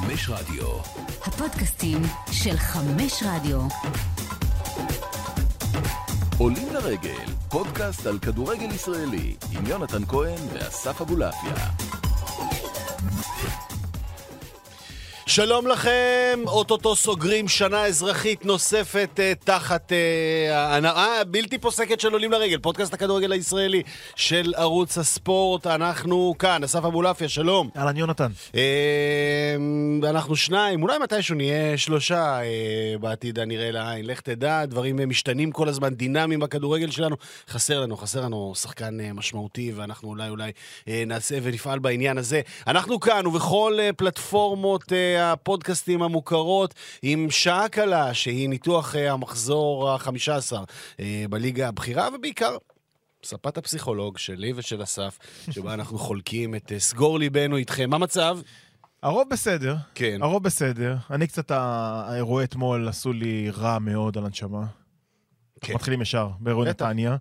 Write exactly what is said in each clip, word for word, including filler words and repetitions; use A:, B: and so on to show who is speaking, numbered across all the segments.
A: חמש רדיו.
B: הפודקאסטים של חמש רדיו.
A: עולים לרגל, פודקאסט על כדורגל ישראלי, עם יונתן כהן ואסף אבולעפיה.
C: שלום לכם, אוטוטו סוגרים שנה אזרחית נוספת uh, תחת ההנאה uh, בלתי פוסקת של עולים לרגל, פודקאסט הכדורגל הישראלי של ערוץ הספורט. אנחנו כאן, אסף אבולעפיה, שלום.
D: אהלן יונתן.
C: Uh, אנחנו שניים, אולי מתישהו נהיה שלושה uh, בעתיד הנראה לעין, לך תדע, דברים uh, משתנים כל הזמן, דינמיים בכדורגל שלנו. חסר לנו, חסר לנו שחקן uh, משמעותי, ואנחנו אולי אולי uh, נעשה ונפעל בעניין הזה. אנחנו כאן ובכל uh, פלטפורמות uh, הפודקאסטים המוכרות, עם שעה קלה שהיא ניתוח המחזור ה-חמישה עשר בליגה הבכירה, ובעיקר ספת הפסיכולוג שלי ושל אסף, שבה אנחנו חולקים את סגור ליבנו איתכם. מה מצב?
D: הרוב בסדר.
C: כן.
D: הרוב בסדר. אני קצת, האירועי אתמול עשו לי רע מאוד על הנשמה. כן. מתחילים ישר, באירועי נתניה.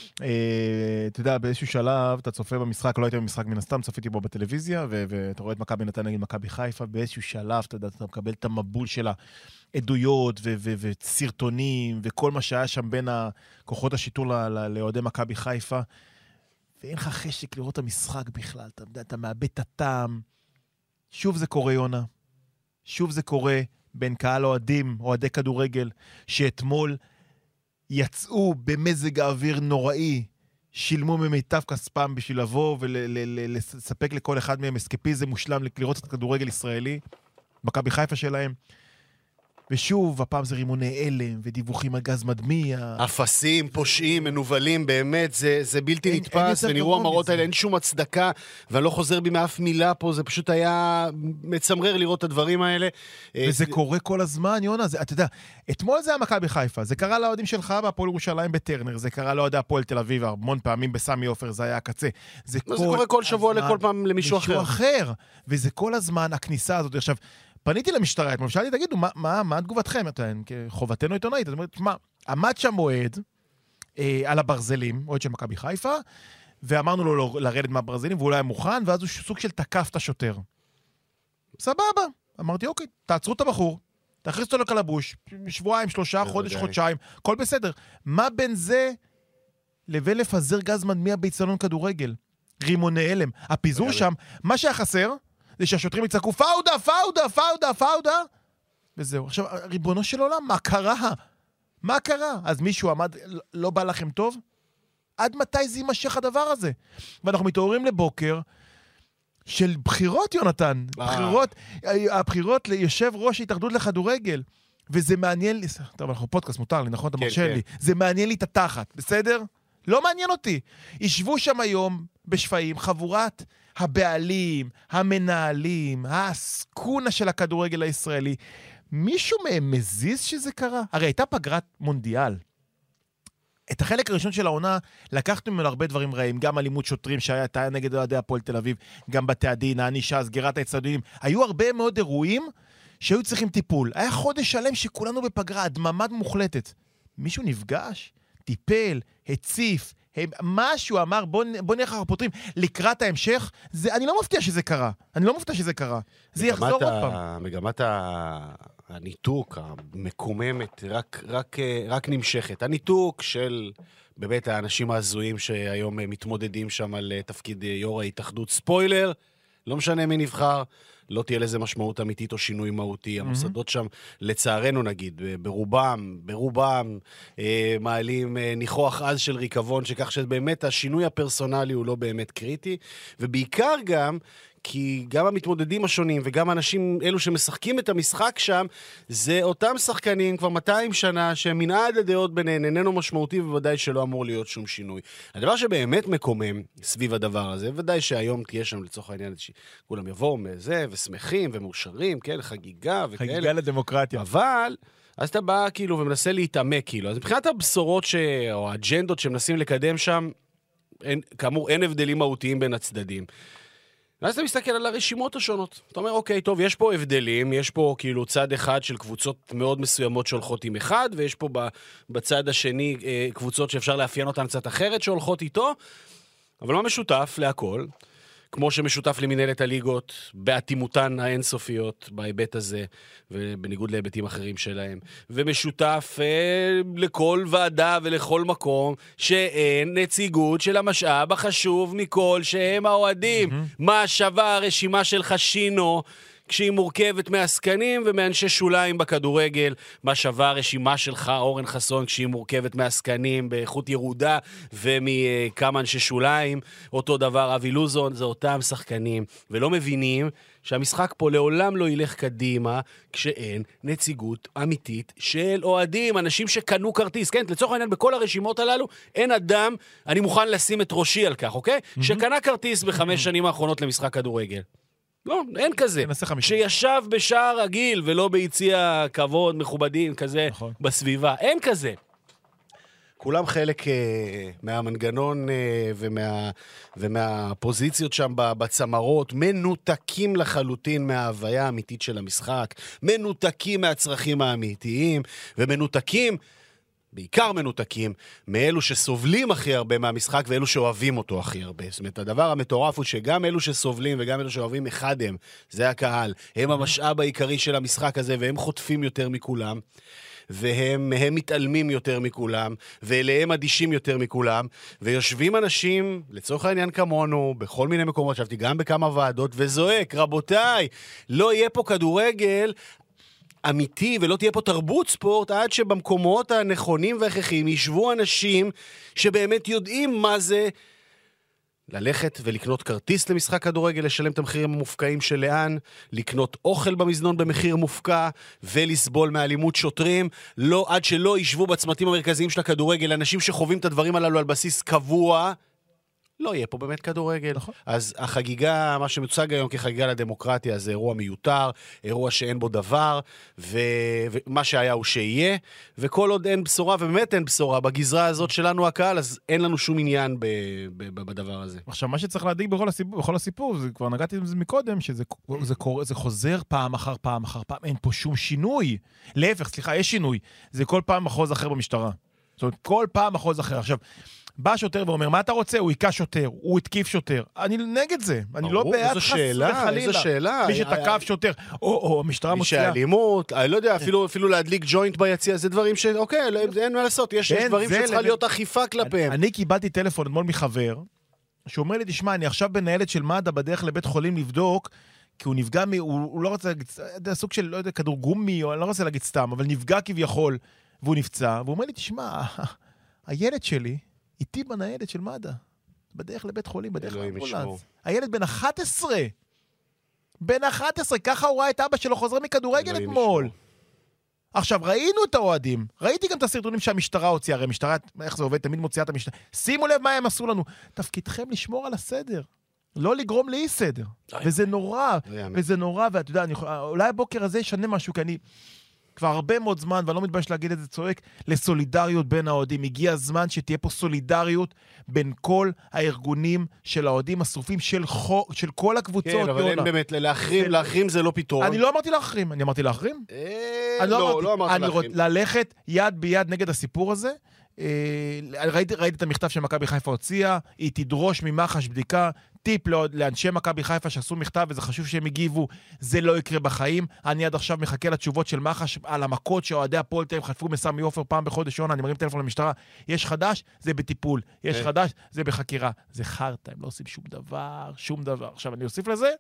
D: אתה יודע, באיזשהו שלב, אתה צופה במשחק, לא הייתי במשחק מן הסתם, צפיתי בו בטלוויזיה, ואתה רואה את מכבי נתניה נגד מכבי חיפה, באיזשהו שלב, אתה יודע, אתה מקבל את המבול של העדויות וסרטונים, וכל מה שהיה שם בין כוחות השיטור לאוהדי מכבי חיפה, ואין לך חשק לראות את המשחק בכלל, אתה יודע, אתה מאבד את הטעם. שוב זה קורה, יונה. שוב זה קורה בין קהל אוהדים, אוהדי כדורגל, שאתמול יצאו במזג האוויר נוראי, שילמו ממיטב כספם בשביל לבוא ולספק לכל אחד מהם אסקפיזם מושלם לראות את כדורגל ישראלי, מכבי חיפה שלהם. ושוב, הפעם זה רימוני אלם ודיווחים על גז מדמיע. אפסים,
C: פושעים, מנובלים, באמת, זה, זה בלתי אין, נתפס, אין ונראו המראות האלה, אין שום הצדקה, ואני לא חוזר בי מאף מילה פה, זה פשוט היה מצמרר לראות את הדברים האלה.
D: וזה קורה כל הזמן, יונה, זה, אתה יודע, אתמול זה היה מכבי חיפה, זה קרה לאוהדים שלך בהפועל ירושלים בטרנר, זה קרה לאוהדי הפועל תל אביב, המון פעמים בסמי עופר, זה היה הקצה. זה, כל
C: זה קורה כל שבוע לכל פעם למישהו אחר.
D: אחר. וזה כל הזמן, הכניסה הזאת. עכשיו, פניתי למשטרה, אתמול, שאלתי, תגידו, מה, מה, מה תגובתכם? חובתנו עיתונאית. זאת אומרת, מה, עמד שם אוהד אה, על הברזלים, אוהד של מכבי חיפה, ואמרנו לו לא, לרדת מהברזלים, והוא לא היה מוכן, ואז הוא סוג של תקף את השוטר. סבבה. אמרתי, אוקיי, תעצרו את הבחור, תכניס אותו לקלבוש, שבועיים, שלושה, חודש, חודשיים, כל בסדר. מה בין זה לבין לפזר גז מדמיע באצטדיון כדורגל? רימוני אלם. הפיזור שם, מה שהיה חסר, זה שהשוטרים יצעקו, פאודה, פאודה, פאודה, פאודה, וזהו. עכשיו, ריבונו של עולם, מה קרה? מה קרה? אז מישהו עמד, לא בא לכם טוב? עד מתי זה יימשך הדבר הזה? ואנחנו מתעוררים לבוקר של בחירות, יונתן. בחירות, הבחירות ליושב ראש ההתאחדות לכדורגל. וזה מעניין לי, טוב, אנחנו פודקאסט, מותר לי, נכון? אתה מרשה לי. זה מעניין לי את התחת, בסדר? לא מעניין אותי. ישבו שם היום בשפעים, חבורת הבעלים, המנהלים, העסקונה של הכדורגל הישראלי. מישהו מהם מזיז שזה קרה? הרי הייתה פגרת מונדיאל. את החלק הראשון של העונה לקחנו ממנו הרבה דברים רעים, גם אלימות שוטרים שהיה נגד אוהדי הפועל תל אביב, גם בתי הדין, הענישה, סגירת האצטדיונים. היו הרבה מאוד אירועים שהיו צריכים טיפול. היה חודש שלם שכולנו בפגרה, הדממה מוחלטת. מישהו נפגש, טיפל, הציף, משהו אמר, בוא, בוא נראה איך אנחנו פותרים לקראת ההמשך. זה, אני לא מפתיע שזה קרה. אני לא מפתיע שזה קרה. זה יחזור עוד פעם.
C: מגמת הניתוק המקוממת רק, רק, רק נמשכת. הניתוק של באמת האנשים ההזויים שהיום מתמודדים שם על תפקיד יו"ר ההתאחדות. ספוילר, לא משנה מי נבחר, לא תהיה לזה משמעות אמיתית או שינוי מהותי. המוסדות שם, לצערנו נגיד, ברובם, ברובם, אה, מעלים אה, ניחוח אז של ריקבון, שכך שבאמת השינוי הפרסונלי הוא לא באמת קריטי, ובעיקר גם, כי גם המתמודדים השונים וגם האנשים אלו שמשחקים את המשחק שם, זה אותם שחקנים כבר מאתיים שנה שמנעד הדעות ביניהם איננו משמעותי, ובוודאי שלא אמור להיות שום שינוי. הדבר שבאמת מקומם סביב הדבר הזה, ודאי שהיום תהיה שם לצורך העניין, כולם יבואו מזה ושמחים ומאושרים, כן, חגיגה וכאלה.
D: חגיגה לדמוקרטיה.
C: אבל אז אתה בא כאילו ומנסה להתעמק כאילו. אז מבחינת הבשורות ש... או האג'נדות שמנסים לקדם שם, אין, כאמור אין הבדלים מהותיים בין הצדדים. ואז אתה מסתכל על הרשימות השונות. אתה אומר, אוקיי, טוב, יש פה הבדלים, יש פה כאילו צד אחד של קבוצות מאוד מסוימות שהולכות עם אחד, ויש פה בצד השני קבוצות שאפשר לאפיין אותן קצת אחרת שהולכות איתו, אבל מה משותף להכל? כמו שמשותף למנהלת הליגות, באטימותן האינסופיות בהיבט הזה, ובניגוד להיבטים אחרים שלהם, ומשותף אה, לכל ועדה ולכל מקום, שאין נציגות של המשאב החשוב מכל שהם האוהדים. Mm-hmm. מה שווה הרשימה של חשינו, כשהיא מורכבת מעסקנים ומאנשי שוליים בכדורגל, מה שווה הרשימה שלך, אורן חסון, כשהיא מורכבת מעסקנים באיכות ירודה ומכמה אנשי שוליים, אותו דבר אבי לוזון, זה אותם שחקנים, ולא מבינים שהמשחק פה לעולם לא ילך קדימה כשאין נציגות אמיתית של אוהדים, אנשים שקנו כרטיס, כן, לצורך העניין בכל הרשימות הללו, אין אדם, אני מוכן לשים את ראשי על כך, אוקיי? Mm-hmm. שקנה כרטיס בחמש שנים האחרונות למשחק כדורגל. לא, אין כזה. שישב בשער רגיל ולא ביציע כבוד מכובדים כזה נכון. בסביבה. אין כזה. כולם חלק uh, מהמנגנון uh, ומה, ומהפוזיציות שם בצמרות, מנותקים לחלוטין מההוויה האמיתית של המשחק, מנותקים מהצרכים האמיתיים, ומנותקים, בעיקר מנותקים, מאלו שסובלים הכי הרבה מהמשחק ואלו שאוהבים אותו הכי הרבה. זאת אומרת, הדבר המטורף הוא שגם אלו שסובלים וגם אלו שאוהבים אחד הם, זה הקהל, הם המשאב העיקרי של המשחק הזה, והם חוטפים יותר מכולם. והם הם מתעלמים יותר מכולם, ואליהם אדישים יותר מכולם, ויושבים אנשים, לצורך העניין כמונו, בכל מיני מקומות, שבתי גם בכמה ועדות, וזועק, רבותיי, לא יהיה פה כדורגל אמיתי, ולא תהיה פה תרבות ספורט, עד שבמקומות הנכונים והכרחיים ישבו אנשים שבאמת יודעים מה זה ללכת ולקנות כרטיס למשחק כדורגל, לשלם את המחירים המופקעים של לאן, לקנות אוכל במזנון במחיר מופקע, ולסבול מאלימות שוטרים, לא, עד שלא ישבו בצמתים המרכזיים של הכדורגל, אנשים שחווים את הדברים הללו על בסיס קבוע, לא יהיה פה באמת כדורגל. נכון. אז החגיגה, מה שמוצג היום כחגיגה לדמוקרטיה, זה אירוע מיותר, אירוע שאין בו דבר, ו... ומה שהיה הוא שיהיה, וכל עוד אין בשורה, ובאמת אין בשורה, בגזרה הזאת שלנו הקהל, אז אין לנו שום עניין ב... ב... בדבר הזה.
D: עכשיו, מה שצריך להדאיג בכל הסיפור, בכל הסיפור, זה כבר נגעתי עם זה מקודם, שזה זה קורה, זה חוזר פעם אחר פעם אחר פעם, אין פה שום שינוי. להפך, סליחה, יש שינוי. זה כל פעם מחוז אחר במשטרה. זאת אומרת, כל פעם מחוז אחר. עכשיו, בא שוטר ואומר, מה אתה רוצה? הוא עיקה שוטר, הוא התקיף שוטר. אני נגד זה. אני לא בעד חס וחלילה.
C: איזו שאלה.
D: מי שתקף שוטר, או המשטרה מוציאה.
C: מי שהאלימות, אני לא יודע, אפילו להדליק ג'וינט ביציע, זה דברים ש... אוקיי, אין מה לעשות, יש דברים שצריכה להיות אכיפה כלפיהם.
D: אני קיבלתי טלפון אתמול מחבר, שאומר לי, תשמע, אני עכשיו בנהלת של מד"א בדרך לבית חולים לבדוק, כי הוא נפגע, הוא לא רוצה להגיד, זה סוג של, לא יודע, כדור גומי, או אני לא רוצה להגיד סתם, אבל נפגע כביכול, והוא נפצע, והוא אומר לי, תשמע, הילד שלי איתי בניידת של מד"א, בדרך לבית חולים, בדרך לאמבולנס. הילד בן אחת עשרה. בן אחת עשרה, ככה הוא ראה את אבא שלו חוזר מכדורגל אתמול. עכשיו, ראינו את האוהדים, ראיתי גם את הסרטונים שהמשטרה הוציאה, הרי המשטרה, איך זה עובד, תמיד מוציאה את המשטרה. שימו לב מה הם עשו לנו. תפקידכם לשמור על הסדר. לא לגרום לאי סדר. וזה נורא, וזה נורא, ואתה יודע, אולי הבוקר הזה ישנה משהו, כי אני כבר הרבה מאוד זמן, ואני לא מתבייש להגיד את זה, צועק, לסולידריות בין האוהדים. הגיע הזמן שתהיה פה סולידריות בין כל הארגונים של האוהדים השרופים של, חו... של כל הקבוצות.
C: כן, אבל אין באמת, להחרים, להחרים זה לא פתרון.
D: אני לא אמרתי להחרים, אני אמרתי להחרים?
C: אה, לא, לא אמרתי להחרים.
D: ללכת יד ביד נגד הסיפור הזה, ראיתי, ראיתי את המכתב שמכבי חיפה הוציאה, היא תדרוש ממח"ש בדיקה, טיפ לאנשי מכבי חיפה שעשו מכתב, וזה חשוב שהם הגיבו, זה לא יקרה בחיים. אני עד עכשיו מחכה לתשובות של מח"ש על המכות שאוהדי הפועל תל אביב חטפו מסמי עופר פעם בחודש עונה, אני מרים טלפון למשטרה, יש חדש, זה בטיפול, יש חדש, זה בחקירה. זה חרטה, הם לא עושים שום דבר, שום דבר. עכשיו אני אוסיף לזה,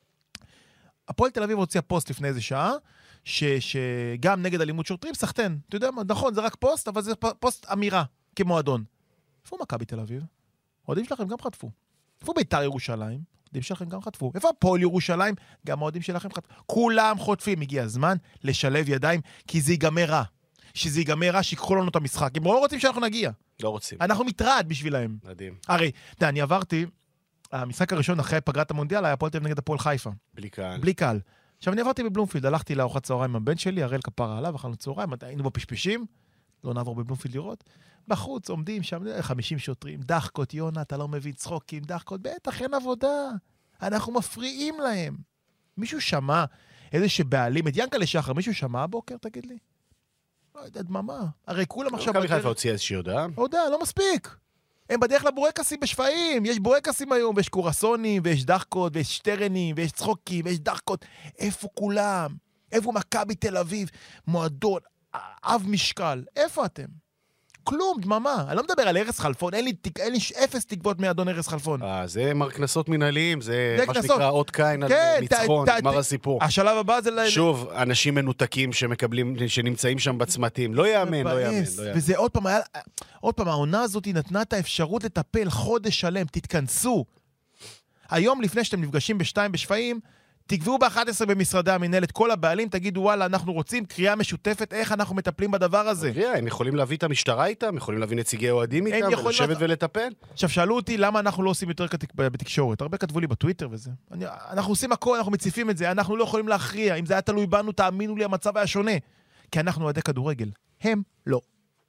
D: הפועל תל אביב הוציאה פוסט לפני איזה שעה, ש, שגם נגד אלימות שוטרים, סחטן. אתה יודע מה? נכון, זה רק פוסט, אבל זה פוסט אמירה, כמועדון. איפה מכבי תל אביב? האוהדים שלכם גם חטפו. איפה בית"ר ירושלים? האוהדים שלכם גם חטפו. איפה הפועל ירושלים? גם האוהדים שלכם חטפו. כולם חוטפים. הגיע הזמן לשלב ידיים, כי זה ייגמר רע. שזה ייגמר רע, שיקחו לנו את המשחק. הם לא רוצים שאנחנו נגיע.
C: לא רוצים.
D: אנחנו מתרעד בשבילהם.
C: מדהים.
D: הרי, אתה, אני עברתי, המשחק הראשון אחרי פגרת המונדיאל היה הפועל תל אביב נגד הפועל חיפה.
C: בלי קהל.
D: בלי קהל. עכשיו, אני עברתי בבלומפילד, הלכתי לארוחת צהריים עם הבן שלי, הראל כפרה עליו, אכלנו צהריים, היינו בפשפשים, לא נעבור בבלומפילד לראות. בחוץ עומדים שם חמישים שוטרים, דחקות, יונה, אתה לא מבין, צחוקים, דחקות, בטח, אין עבודה. אנחנו מפריעים להם. מישהו שמע איזה שבעלים, את ינקלה שחר, מישהו שמע הבוקר, תגיד לי? לא יודע, דממה. הרי כולם עכשיו...
C: מכבי חיפה הוציאה איזושהי הודעה?
D: הודעה, לא מספיק. הם בדרך לבורקסים בשפעים, יש בורקסים היום, ויש קורסונים, ויש דחקות, ויש שטרנים, ויש צחוקים, ויש דחקות. איפה כולם? איפה מכבי תל אביב? מועדון, אב משקל. איפה אתם? כלום, דממה. אני לא מדבר על ארז חלפון, אין לי, אין לי אפס תקוות מאדון ארז חלפון.
C: אה, זה מר כנסות מנהליים, זה,
D: זה
C: מה
D: כנסות.
C: שנקרא עוד קין
D: כן,
C: על ניצחון, נגמר הסיפור.
D: השלב הבא זה...
C: שוב, אנשים מנותקים שמקבלים, שנמצאים שם בצמתים. לא יאמן, לא יאמן, לא יאמן.
D: וזה עוד פעם, היה, עוד פעם, העונה הזאת נתנה את האפשרות לטפל חודש שלם, תתכנסו. היום, לפני שאתם נפגשים בשתיים בשפעים, תקבעו ב-אחת עשרה במשרדי המנהלת, כל הבעלים, תגידו, וואלה, אנחנו רוצים קריאה משותפת, איך אנחנו מטפלים בדבר הזה.
C: קריאה, הם יכולים להביא את המשטרה איתם, יכולים להביא נציגי אוהדים איתם, ולשבת ולטפל.
D: עכשיו, שאלו אותי, למה אנחנו לא עושים יותר בתקשורת? הרבה כתבו לי בטוויטר וזה. אני, אנחנו עושים הכל, אנחנו מציפים את זה, אנחנו לא יכולים להכריע. אם זה היה תלוי בנו, תאמינו לי, המצב היה שונה. כי אנחנו אוהדי כדורגל. הם לא.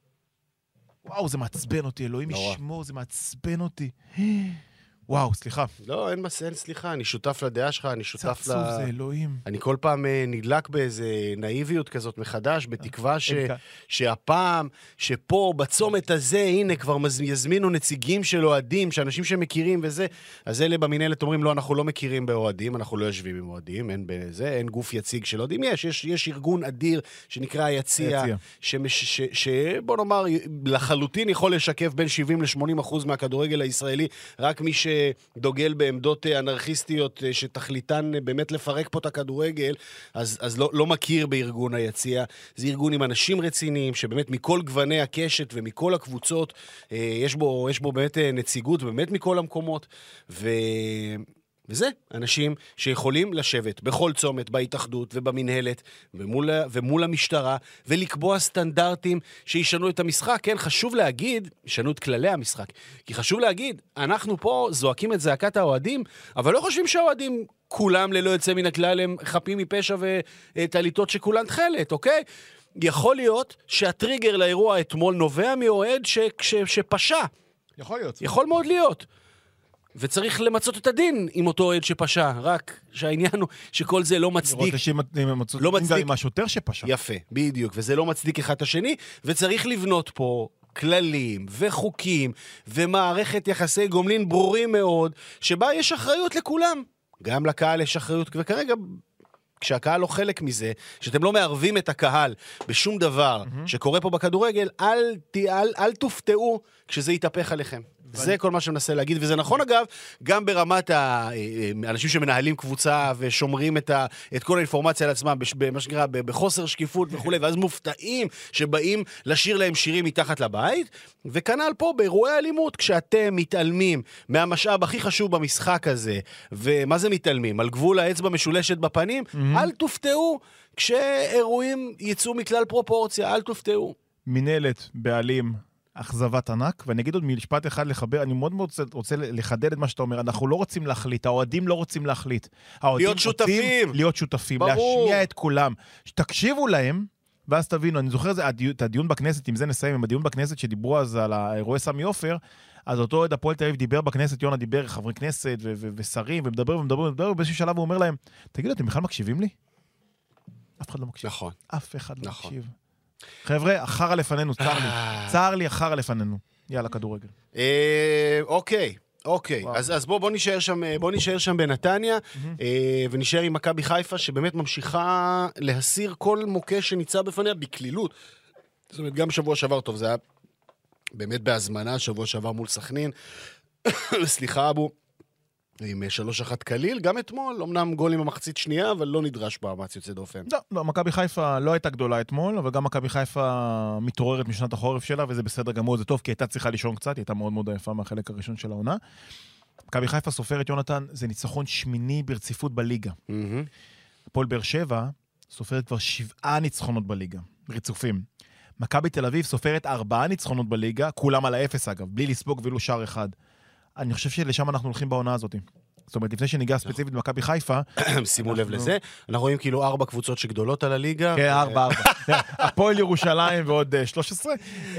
D: וואו, זה מעצבן אותי, אלוהים ישמור, זה מעצבן אותי. וואו, סליחה.
C: לא, אין מסען, סליחה, אני שותף לדעה שלך, אני שותף ל...
D: צפצוף זה אלוהים.
C: אני כל פעם נדלק באיזה נאיביות כזאת מחדש, בתקווה ש... שהפעם, שפה, בצומת הזה, הנה, כבר יזמינו נציגים של אוהדים, שאנשים שמכירים וזה, אז אלה במנהלת אומרים, לא, אנחנו לא מכירים באוהדים, אנחנו לא יושבים עם אוהדים, אין בזה, אין גוף יציג של אוהדים, יש, יש, יש ארגון אדיר שנקרא היציע, ש... ש... ש... בוא נאמר, לחלוטין יכול לשקף בין שבעים ל-שמונים אחוז מהכדורגל הישראלי, רק מי ש... דוגל בעמדות אנרכיסטיות שתכליתן באמת לפרק פה את הכדורגל, אז, אז לא, לא מכיר בארגון היציע. זה ארגון עם אנשים רציניים, שבאמת מכל גווני הקשת ומכל הקבוצות, יש בו, יש בו באמת נציגות, באמת מכל המקומות, ו... וזה, אנשים שיכולים לשבת בכל צומת, בהתאחדות ובמנהלת, ומול, ומול המשטרה, ולקבוע סטנדרטים שישנו את המשחק. כן, חשוב להגיד, ישנו את כללי המשחק, כי חשוב להגיד, אנחנו פה זועקים את זעקת האוהדים, אבל לא חושבים שהאוהדים כולם ללא יוצא מן הכלל הם חפים מפשע וטליטות שכולן תחלת, אוקיי? יכול להיות שהטריגר לאירוע אתמול נובע מאוהד ש, ש, שפשע.
D: יכול להיות.
C: יכול מאוד להיות. וצריך למצות את הדין עם אותו עד שפשע, רק שהעניין הוא שכל זה לא מצדיק.
D: לראות שאם מצות לא מצדיק עם השוטר שפשע.
C: יפה, בדיוק, וזה לא מצדיק אחד את השני, וצריך לבנות פה כללים וחוקים ומערכת יחסי גומלין ברורים מאוד, שבה יש אחריות לכולם. גם לקהל יש אחריות, וכרגע כשהקהל לא חלק מזה, שאתם לא מערבים את הקהל בשום דבר mm-hmm. שקורה פה בכדורגל, אל, אל, אל תופתעו כשזה יתהפך עליכם. זה כל מה שמנסה להגיד, וזה נכון אגב, גם ברמת האנשים שמנהלים קבוצה ושומרים את, ה, את כל האינפורמציה על עצמם, במה שנקרא, בחוסר שקיפות וכו', ואז מופתעים שבאים לשיר להם שירים מתחת לבית, וכנ"ל פה באירועי אלימות, כשאתם מתעלמים מהמשאב הכי חשוב במשחק הזה, ומה זה מתעלמים? על גבול האצבע משולשת בפנים, mm-hmm. אל תופתעו כשאירועים יצאו מכלל פרופורציה, אל תופתעו.
D: מנהלת, בעלים, אכזבת ענק, ואני אגיד עוד משפט אחד לחבר, אני מאוד מאוד רוצה לחדד את מה שאתה אומר, אנחנו לא רוצים להחליט, האוהדים לא רוצים להחליט.
C: להיות שותפים.
D: להיות שותפים, להשמיע את כולם. תקשיבו להם, ואז תבינו, אני זוכר את הדיון בכנסת, עם זה נסיים, עם הדיון בכנסת שדיברו אז על האירועי סמי עופר, אז אותו אוהד הפועל תל אביב דיבר בכנסת, יונה דיבר, חברי כנסת ושרים, ומדבר ומדבר ומדבר, ובאיזשהו שלב הוא אומר להם, תגידו, אתם בכלל מקשיבים לי? אף אחד לא מקשיב.
C: נכון.
D: אף אחד לא מקשיב. חבר'ה, אחר לפנינו, צר לי. צר לי אחר לפנינו. יאללה, כדורגל.
C: אוקיי, אוקיי. אז בואו נשאר שם, בואו נשאר שם בנתניה, ונשאר עם מכבי חיפה, שבאמת ממשיכה להסיר כל מוקש שניצא בפניה בכלילות. זאת אומרת, גם שבוע שעבר, טוב, זה היה באמת בהזמנה, שבוע שעבר מול סכנין. סליחה, אבו. עם שלוש אחת קליל, גם אתמול, אמנם גול עם המחצית שנייה, אבל לא נדרש מאמץ יוצא דופן.
D: לא, לא, מכבי חיפה לא הייתה גדולה אתמול, אבל גם מכבי חיפה מתעוררת משנת החורף שלה, וזה בסדר גמור, זה טוב, כי הייתה צריכה לישון קצת, היא הייתה מאוד מאוד יפה מהחלק הראשון של העונה. מכבי חיפה סופרת, יונתן, זה ניצחון שמיני ברציפות בליגה. הפועל באר שבע סופרת כבר שבעה ניצחונות בליגה, רצופים. מכבי תל אביב סופרת ארבעה ניצחונות בליגה, כולם על האפס אגב, בלי לספוג ולו שער אחד. אני חושב שלשם אנחנו הולכים בעונה הזאת. זאת אומרת, לפני שניגע ספציפית במכבי חיפה...
C: שימו לב לזה. אנחנו רואים כאילו ארבע קבוצות שגדולות על הליגה.
D: כן, ארבע, ארבע. הפועל ירושלים ועוד שלוש עשרה.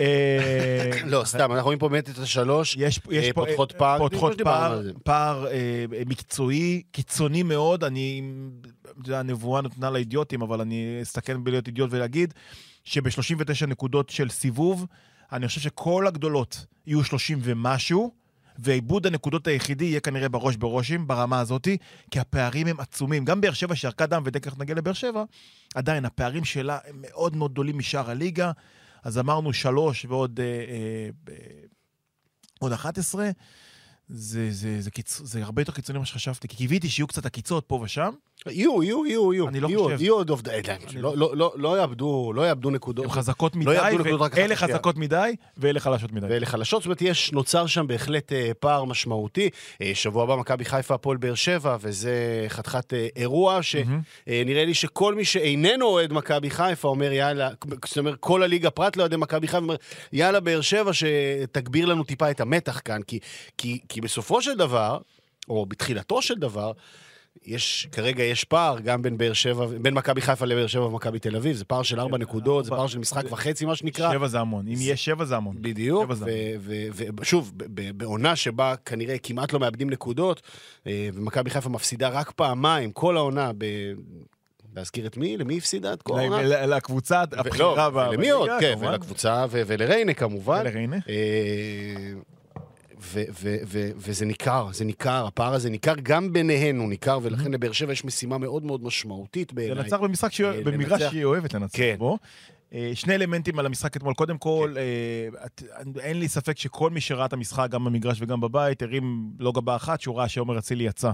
C: לא, סתם, אנחנו רואים פה באמת את השלוש, פותחות פער.
D: פותחות פער מקצועי, קיצוני מאוד. אני, הנבואה נתנה לאידיוטים, אבל אני אסתכל בלהיות אידיוט ולהגיד, שב-שלושים ותשע נקודות של סיבוב, אני חושב שכל הגדולות יהיו שלושים ומשהו, ועיבוד הנקודות היחידי יהיה כנראה בראש בראשים, ברמה הזאת, כי הפערים הם עצומים. גם באר שבע שירקה דם ודקח נגיע לבאר שבע, עדיין הפערים שלה הם מאוד מאוד גדולים משאר הליגה, אז אמרנו שלוש ועוד אה, אה, עוד אחת עשרה, זה, זה, זה, קיצ... זה הרבה יותר קיצוני מה שחשבתי, כי קיוויתי שיהיו קצת הקיצות פה ושם.
C: יהיו, יהיו, יהיו, יהיו.
D: אני לא
C: יהיו,
D: חושב.
C: יהיו עוד עובדי, לא, לא, לא, לא יאבדו, לא יאבדו נקודות.
D: הם חזקות מדי,
C: לא יאבדו נקודות רק
D: ואלה
C: אחת
D: חזקות מדי, ואלה חלשות מדי.
C: ואלה חלשות, זאת אומרת, יש, נוצר שם בהחלט אה, פער משמעותי. אה, שבוע הבא מכבי חיפה הפועל באר שבע, וזה חתיכת אה, אירוע, שנראה לי שכל מי שאיננו אוהד מכבי חיפה אומר, יאללה, זאת אומרת, כל הליגה פרט לאוהדי מכבי חיפה, אומר, יאללה באר שבע, שתגביר לנו טיפה את המתח כאן, כי, כי, כי בסופו של דבר, או בתחילתו של דבר, יש, כרגע יש פער גם בין באר שבע, בין מכבי חיפה לבאר שבע ומכבי תל אביב, זה פער של ארבע נקודות, זה פער של משחק וחצי, מה שנקרא.
D: שבע זה המון, אם יש שבע זה המון.
C: בדיוק, ושוב, בעונה שבה כנראה כמעט לא מאבדים נקודות, ומכבי חיפה מפסידה רק פעמיים, כל העונה, להזכיר את מי? למי הפסידה את כל העונה?
D: לקבוצה, הבחירה.
C: למי עוד? כן, ולקבוצה, ולריינה כמובן.
D: ולריינה.
C: ו- ו- ו- וזה ניכר, זה ניכר, הפער הזה ניכר, גם ביניהן הוא ניכר, ולכן לבאר שבע יש משימה מאוד מאוד משמעותית בעיניי.
D: לנצח במשחק, במגרש שהיא אוהבת לנצח בו. שני אלמנטים על המשחק אתמול. קודם כל, אין לי ספק שכל מי שראה את המשחק, גם במגרש וגם בבית, הרים לא גבה אחת, שהוא ראה שעומר אצילי יצא.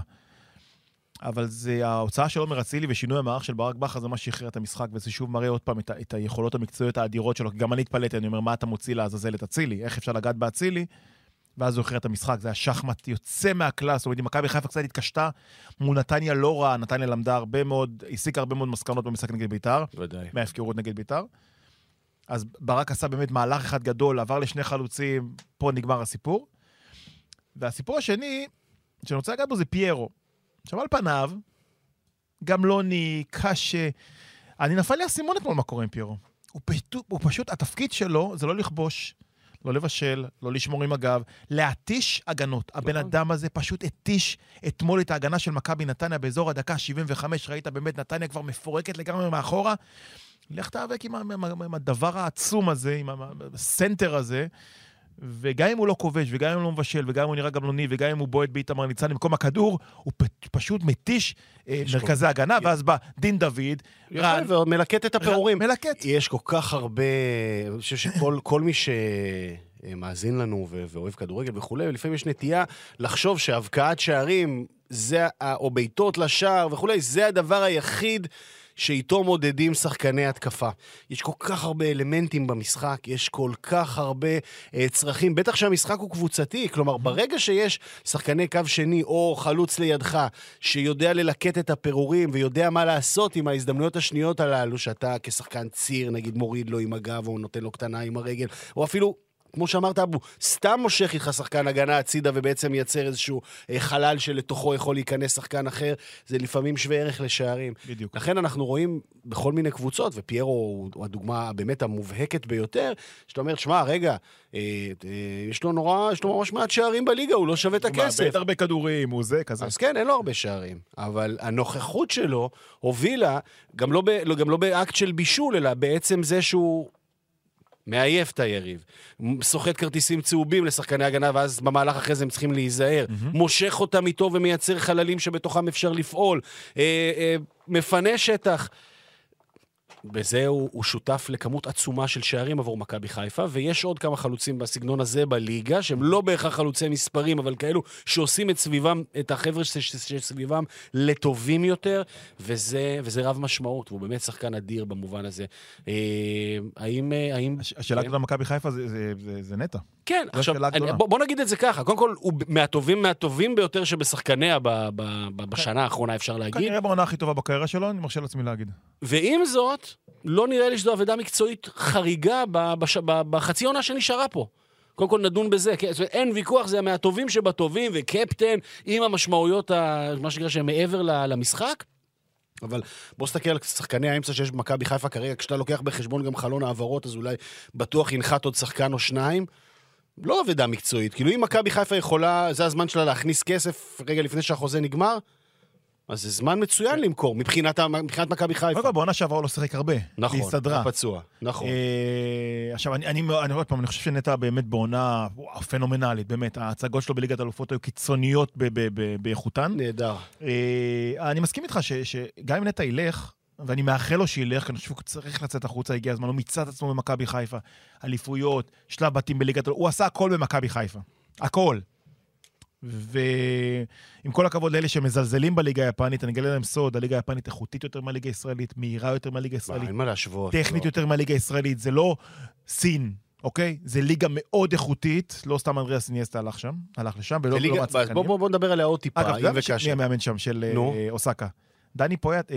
D: אבל זה ההוצאה של עומר אצילי ושינוי המערך של ברק בכר, זה מה שהכריע את המשחק, וזה שוב מראה עוד פעם את, את היכולות המקצועיות האדירות שלו, כי גם אני התפלאתי, אני אומר, מה אתה מוציא לעזאזל את אצילי? איך אפשר לגעת באצילי? ואז הוא הכריע את המשחק, זה השחמט יוצא מהקלאס, זאת אומרת, מכבי חיפה קצת התקשתה, מול נתניה לא רע, נתניה למדה הרבה מאוד, הסיקה הרבה מאוד מסקנות במשחק נגד ביתר, מההפקרות נגד ביתר. אז ברק עשה באמת מהלך אחד גדול, עבר לשני חלוצים, פה נגמר הסיפור. והסיפור השני, שאני רוצה לגעת בו, זה פיירו. עכשיו על פניו, גם לוני, קשה, אני נפל לי הסימון אתמול מה קורה עם פיירו. הוא פשוט, הוא פשוט, התפקיד שלו זה לא לכבוש, לא לבשל, לא לשמור עם הגב, להתיש הגנות. הבן אדם הזה פשוט התיש אתמול את ההגנה של מכבי נתניה באזור הדקה שבעים וחמש, ראית באמת נתניה כבר מפורקת לגמרי מאחורה. לך תאבק עם, עם, עם, עם הדבר העצום הזה, עם הסנטר הזה, וגם אם הוא לא כובש, וגם אם הוא לא מבשל, וגם אם הוא נראה גמלוני, וגם אם הוא בועט באיתמר ניצן במקום הכדור, הוא פ- פשוט מתיש אה, מרכזי הגנה, ואז בא דין דוד,
C: רן, ומלקט את הפירורים.
D: מלקט.
C: יש כל כך הרבה, אני חושב שכל כל מי שמאזין לנו ו- ואוהב כדורגל וכולי, ולפעמים יש נטייה לחשוב שהבקעת שערים, זה, או ביתות לשער וכולי, זה הדבר היחיד שאיתו מודדים שחקני התקפה. יש כל כך הרבה אלמנטים במשחק, יש כל כך הרבה uh, צרכים, בטח שהמשחק הוא קבוצתי, כלומר, ברגע שיש שחקני קו שני או חלוץ לידך, שיודע ללקט את הפירורים ויודע מה לעשות עם ההזדמנויות השניות הללו, שאתה כשחקן ציר, נגיד מוריד לו עם הגב או נותן לו קטנה עם הרגל, או אפילו כמו שאמרת אבו, סתם מושך איתך שחקן הגנה הצידה ובעצם מייצר איזשהו אה, חלל שלתוכו יכול להיכנס שחקן אחר, זה לפעמים שווה ערך לשערים. בדיוק. לכן אנחנו רואים בכל מיני קבוצות, ופיירו הוא הדוגמה באמת המובהקת ביותר, שאתה אומר, שמע, רגע, אה, אה, יש לו נורא, יש לו ממש מעט שערים בליגה, הוא לא שווה את הכסף. הוא מאבד
D: הרבה כדורים, הוא זה, כזה.
C: אז כן, אין לו הרבה שערים, אבל הנוכחות שלו הובילה, גם לא, ב, גם לא באקט של בישול, אלא בעצם זה שהוא מעייף את היריב, סוחט כרטיסים צהובים לשחקני הגנה, ואז במהלך אחרי זה הם צריכים להיזהר, mm-hmm. מושך אותם איתו ומייצר חללים שבתוכם אפשר לפעול, אה, אה, מפנה שטח, בזה הוא, הוא שותף לכמות עצומה של שערים עבור מכבי חיפה, ויש עוד כמה חלוצים בסגנון הזה בליגה, שהם לא בהכרח חלוצי מספרים, אבל כאלו שעושים את סביבם, את החבר'ה שסביבם לטובים יותר, וזה, וזה רב משמעות, והוא באמת שחקן אדיר במובן הזה. אה, האם... האם
D: השאלה גדולה מכבי חיפה זה, זה, זה, זה נטע.
C: כן, עכשיו, אני, בוא, בוא נגיד את זה ככה, קודם כל, הוא מהטובים, מהטובים ביותר שבשחקניה ב, ב, ב, בשנה האחרונה, אפשר להגיד.
D: כנראה בעונה הכי טובה בקריירה שלו, אני מרשה לעצמי להגיד.
C: ועם זאת, לא נראה לי שזו עבודה מקצועית חריגה בחצי עונה שנשארה פה. קודם כל נדון בזה, אין ויכוח, זה מהטובים שבטובים, וקפטן עם המשמעויות, מה שנקרא שהם מעבר למשחק. אבל בוא סתכל על שחקני האמצע שיש במכבי חיפה כרגע, כשאתה לוקח בחשבון גם חלון העברות, אז אולי בטוח ינחת עוד שחקן או שניים. לא עבודה מקצועית. כאילו אם מכבי חיפה יכולה, זה הזמן שלה להכניס כסף רגע לפני שהחוזה נגמר, אז זה זמן מצוין למכור, מבחינת מכבי חיפה.
D: בוא נשאר, הוא לא שיחק הרבה.
C: נכון,
D: להסתדרה.
C: הפצוע, נכון.
D: עכשיו, אני עוד פעם, אני חושב שנטע באמת בעונה פנומנלית, באמת, ההצגות שלו בליגת האלופות היו קיצוניות באיכותן.
C: נהדר.
D: אני מסכים איתך שגם אם נטע ילך, ואני מאחל לו שילך, כי אני חושב שהוא צריך לצאת החוצה, הגיע הזמן, הוא מיצה את עצמו במכבי חיפה, אליפויות, שלב בתים בליגת האלופות, הוא עשה הכל במכבי חיפה. הכל. ועם כל הכבוד לאלה שמזלזלים בליגה היפנית, אני אגלה להם סוד, הליגה היפנית איכותית יותר מהליגה הישראלית, מהירה יותר מהליגה הישראלית,
C: אין מה להשוות,
D: טכנית יותר מהליגה הישראלית, זה לא סין, אוקיי? זה ליגה מאוד איכותית, לא סתם אנדריאס איניאסטה הלך שם, הלך לשם, ולא מהצחקנים.
C: בוא בוא נדבר עליה עוד טיפה,
D: אגב, מי המאמן שם של אוסקה? דני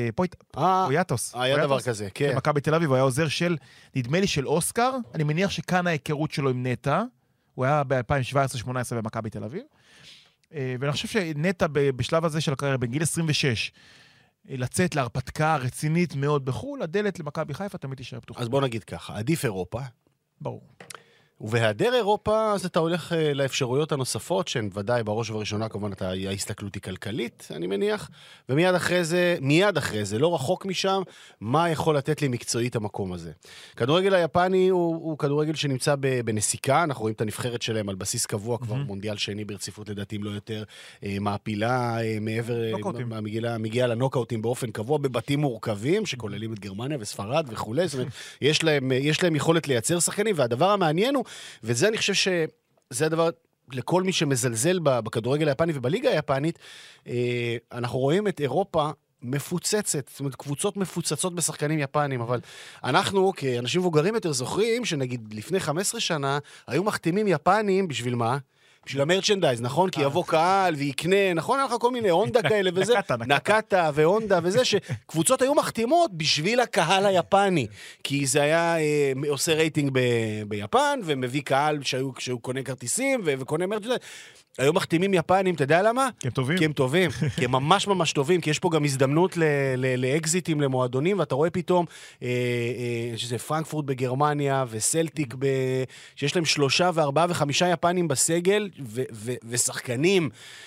D: פויאטוס.
C: היה דבר כזה, כן.
D: מכבי תל אביב, הוא היה עוזר של, נדמה לי של אוסקר, אני מניח שכאן ההיכרות שלו עם נטע, הוא היה ב-אלפיים שבע עשרה שמונה עשרה במכבי תל אביב, ואני חושב שנטע בשלב הזה של הקריירה, בגיל עשרים ושש, לצאת להרפתקה רצינית מאוד בחול, הדלת למכבי חיפה תמיד תישאר פתוחה.
C: אז בוא נגיד ככה, עדיף אירופה.
D: ברור.
C: ובהיעדר אירופה, אז אתה הולך לאפשרויות הנוספות, שהן ודאי בראש ובראשונה, כמובן, אתה, ההסתכלות היא כלכלית, אני מניח, ומיד אחרי זה, מיד אחרי זה, לא רחוק משם, מה יכול לתת לי מקצועית המקום הזה. כדורגל היפני הוא, הוא כדורגל שנמצא בנסיקה, אנחנו רואים את הנבחרת שלהם על בסיס קבוע, כבר mm-hmm. מונדיאל שני ברציפות לדעתי, אם לא יותר, מעפילה מעבר, מגיעה, מגיעה לנוקאוטים באופן קבוע, בבתים מורכבים, שכוללים את גרמניה וספרד וכו'. זאת אומרת, יש להם, יש להם יכולת לייצר שחקנים, והדבר המעניין הוא, וזה אני חושב שזה הדבר, לכל מי שמזלזל בכדורגל היפני ובליגה היפנית, אנחנו רואים את אירופה מפוצצת, זאת אומרת, קבוצות מפוצצות בשחקנים יפנים, אבל אנחנו כאנשים מבוגרים יותר זוכרים, שנגיד לפני חמש עשרה שנה, היו מחתימים יפנים בשביל מה? בשביל המרצ'נדייז, נכון? כי יבוא קהל ויקנה, נכון? היה לך כל מיני הונדה כאלה וזה, נקטה והונדה וזה, שקבוצות היו מחתימות בשביל הקהל היפני, כי זה היה עושה רייטינג ביפן, ומביא קהל שהוא קונה כרטיסים וקונה מרצ'נדייז. היום מחתימים יפנים, אתה יודע למה?
D: כי הם טובים.
C: כי הם טובים, כי הם ממש ממש טובים, כי יש פה גם הזדמנות לאקזיטים, למועדונים, ואתה רואה פתאום שזה פרנקפורט בגרמניה, וסלטיק, שיש להם שלושה וארבעה וחמישה יפנים בסגל, ושחקנים,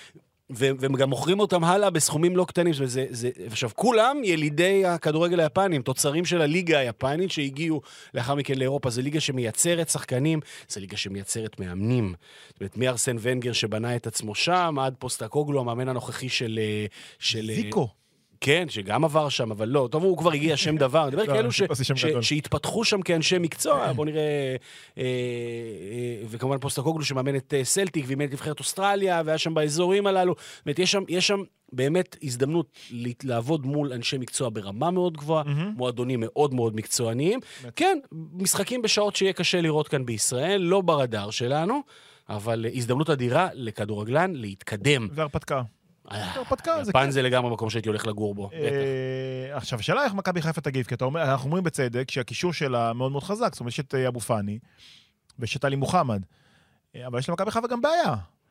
C: והם גם מוכרים אותם הלאה בסכומים לא קטנים. זה, זה, עכשיו, כולם ילידי הכדורגל היפנים, תוצרים של הליגה היפנית שהגיעו לאחר מכן לאירופה. זה ליגה שמייצרת שחקנים, זה ליגה שמייצרת מאמנים. זאת אומרת, מארסן ונגר שבנה את עצמו שם, עד פוסטקוגלו, המאמן הנוכחי של... של
D: זיקו.
C: כן, שגם עבר שם, אבל לא, טוב, הוא כבר הגיע שם דבר. נדבר כאלו שהתפתחו שם כאנשי מקצוע, בוא נראה, וכמובן פוסטקוגלו שמאמן את סלטיק, ואימן את נבחרת אוסטרליה, והיה שם באזורים הללו. זאת אומרת, יש שם באמת הזדמנות לעבוד מול אנשי מקצוע ברמה מאוד גבוהה, מועדונים מאוד מאוד מקצועניים. כן, משחקים בשעות שיהיה קשה לראות כאן בישראל, לא ברדאר שלנו, אבל הזדמנות אדירה לכדורגלן להתקדם.
D: והרפתקה.
C: יפן זה לגמרי מקום שהייתי הולך לגור בו.
D: עכשיו, השאלה איך מכבי חיפה תגיב, כי אנחנו אומרים בצדק שהקישור שלה מאוד מאוד חזק, זאת אומרת, יש את אבו פאני, ויש את עלי מוחמד, אבל יש למכבי חיפה גם בעיה,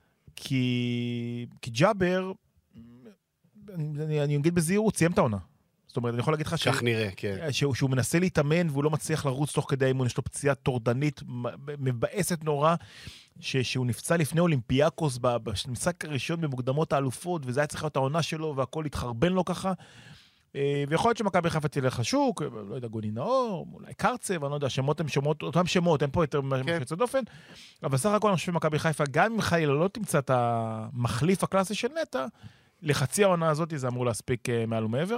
D: כי ג'אבר, אני אגיד בזהירות, סיים את העונה. זאת אומרת, אני יכול להגיד לך
C: כך נראה, כן.
D: שהוא מנסה להתאמן, והוא לא מצליח לרוץ תוך כדי האימון, יש לו פציעה טורדנית, מבאסת נורא, שהוא נפצע לפני אולימפיאקוס, במשחק הראשון במוקדמות האלופות, וזה היה צריך להיות העונה שלו, והכל התחרבן לו ככה, ויכול להיות שמכבי חיפה תלך לשוק, לא יודע, גוני נאור, אולי קרצב, אני לא יודע, שמות הם שמות, אותם שמות, אין פה יותר מחצת דופן, אבל סך הכל אני חושב שמכבי חיפה, גם אם חלילה לא תמצא את המחליף הקלאסי של נטע, לחצי העונה הזאת זה אמור להספיק מעל ומעבר.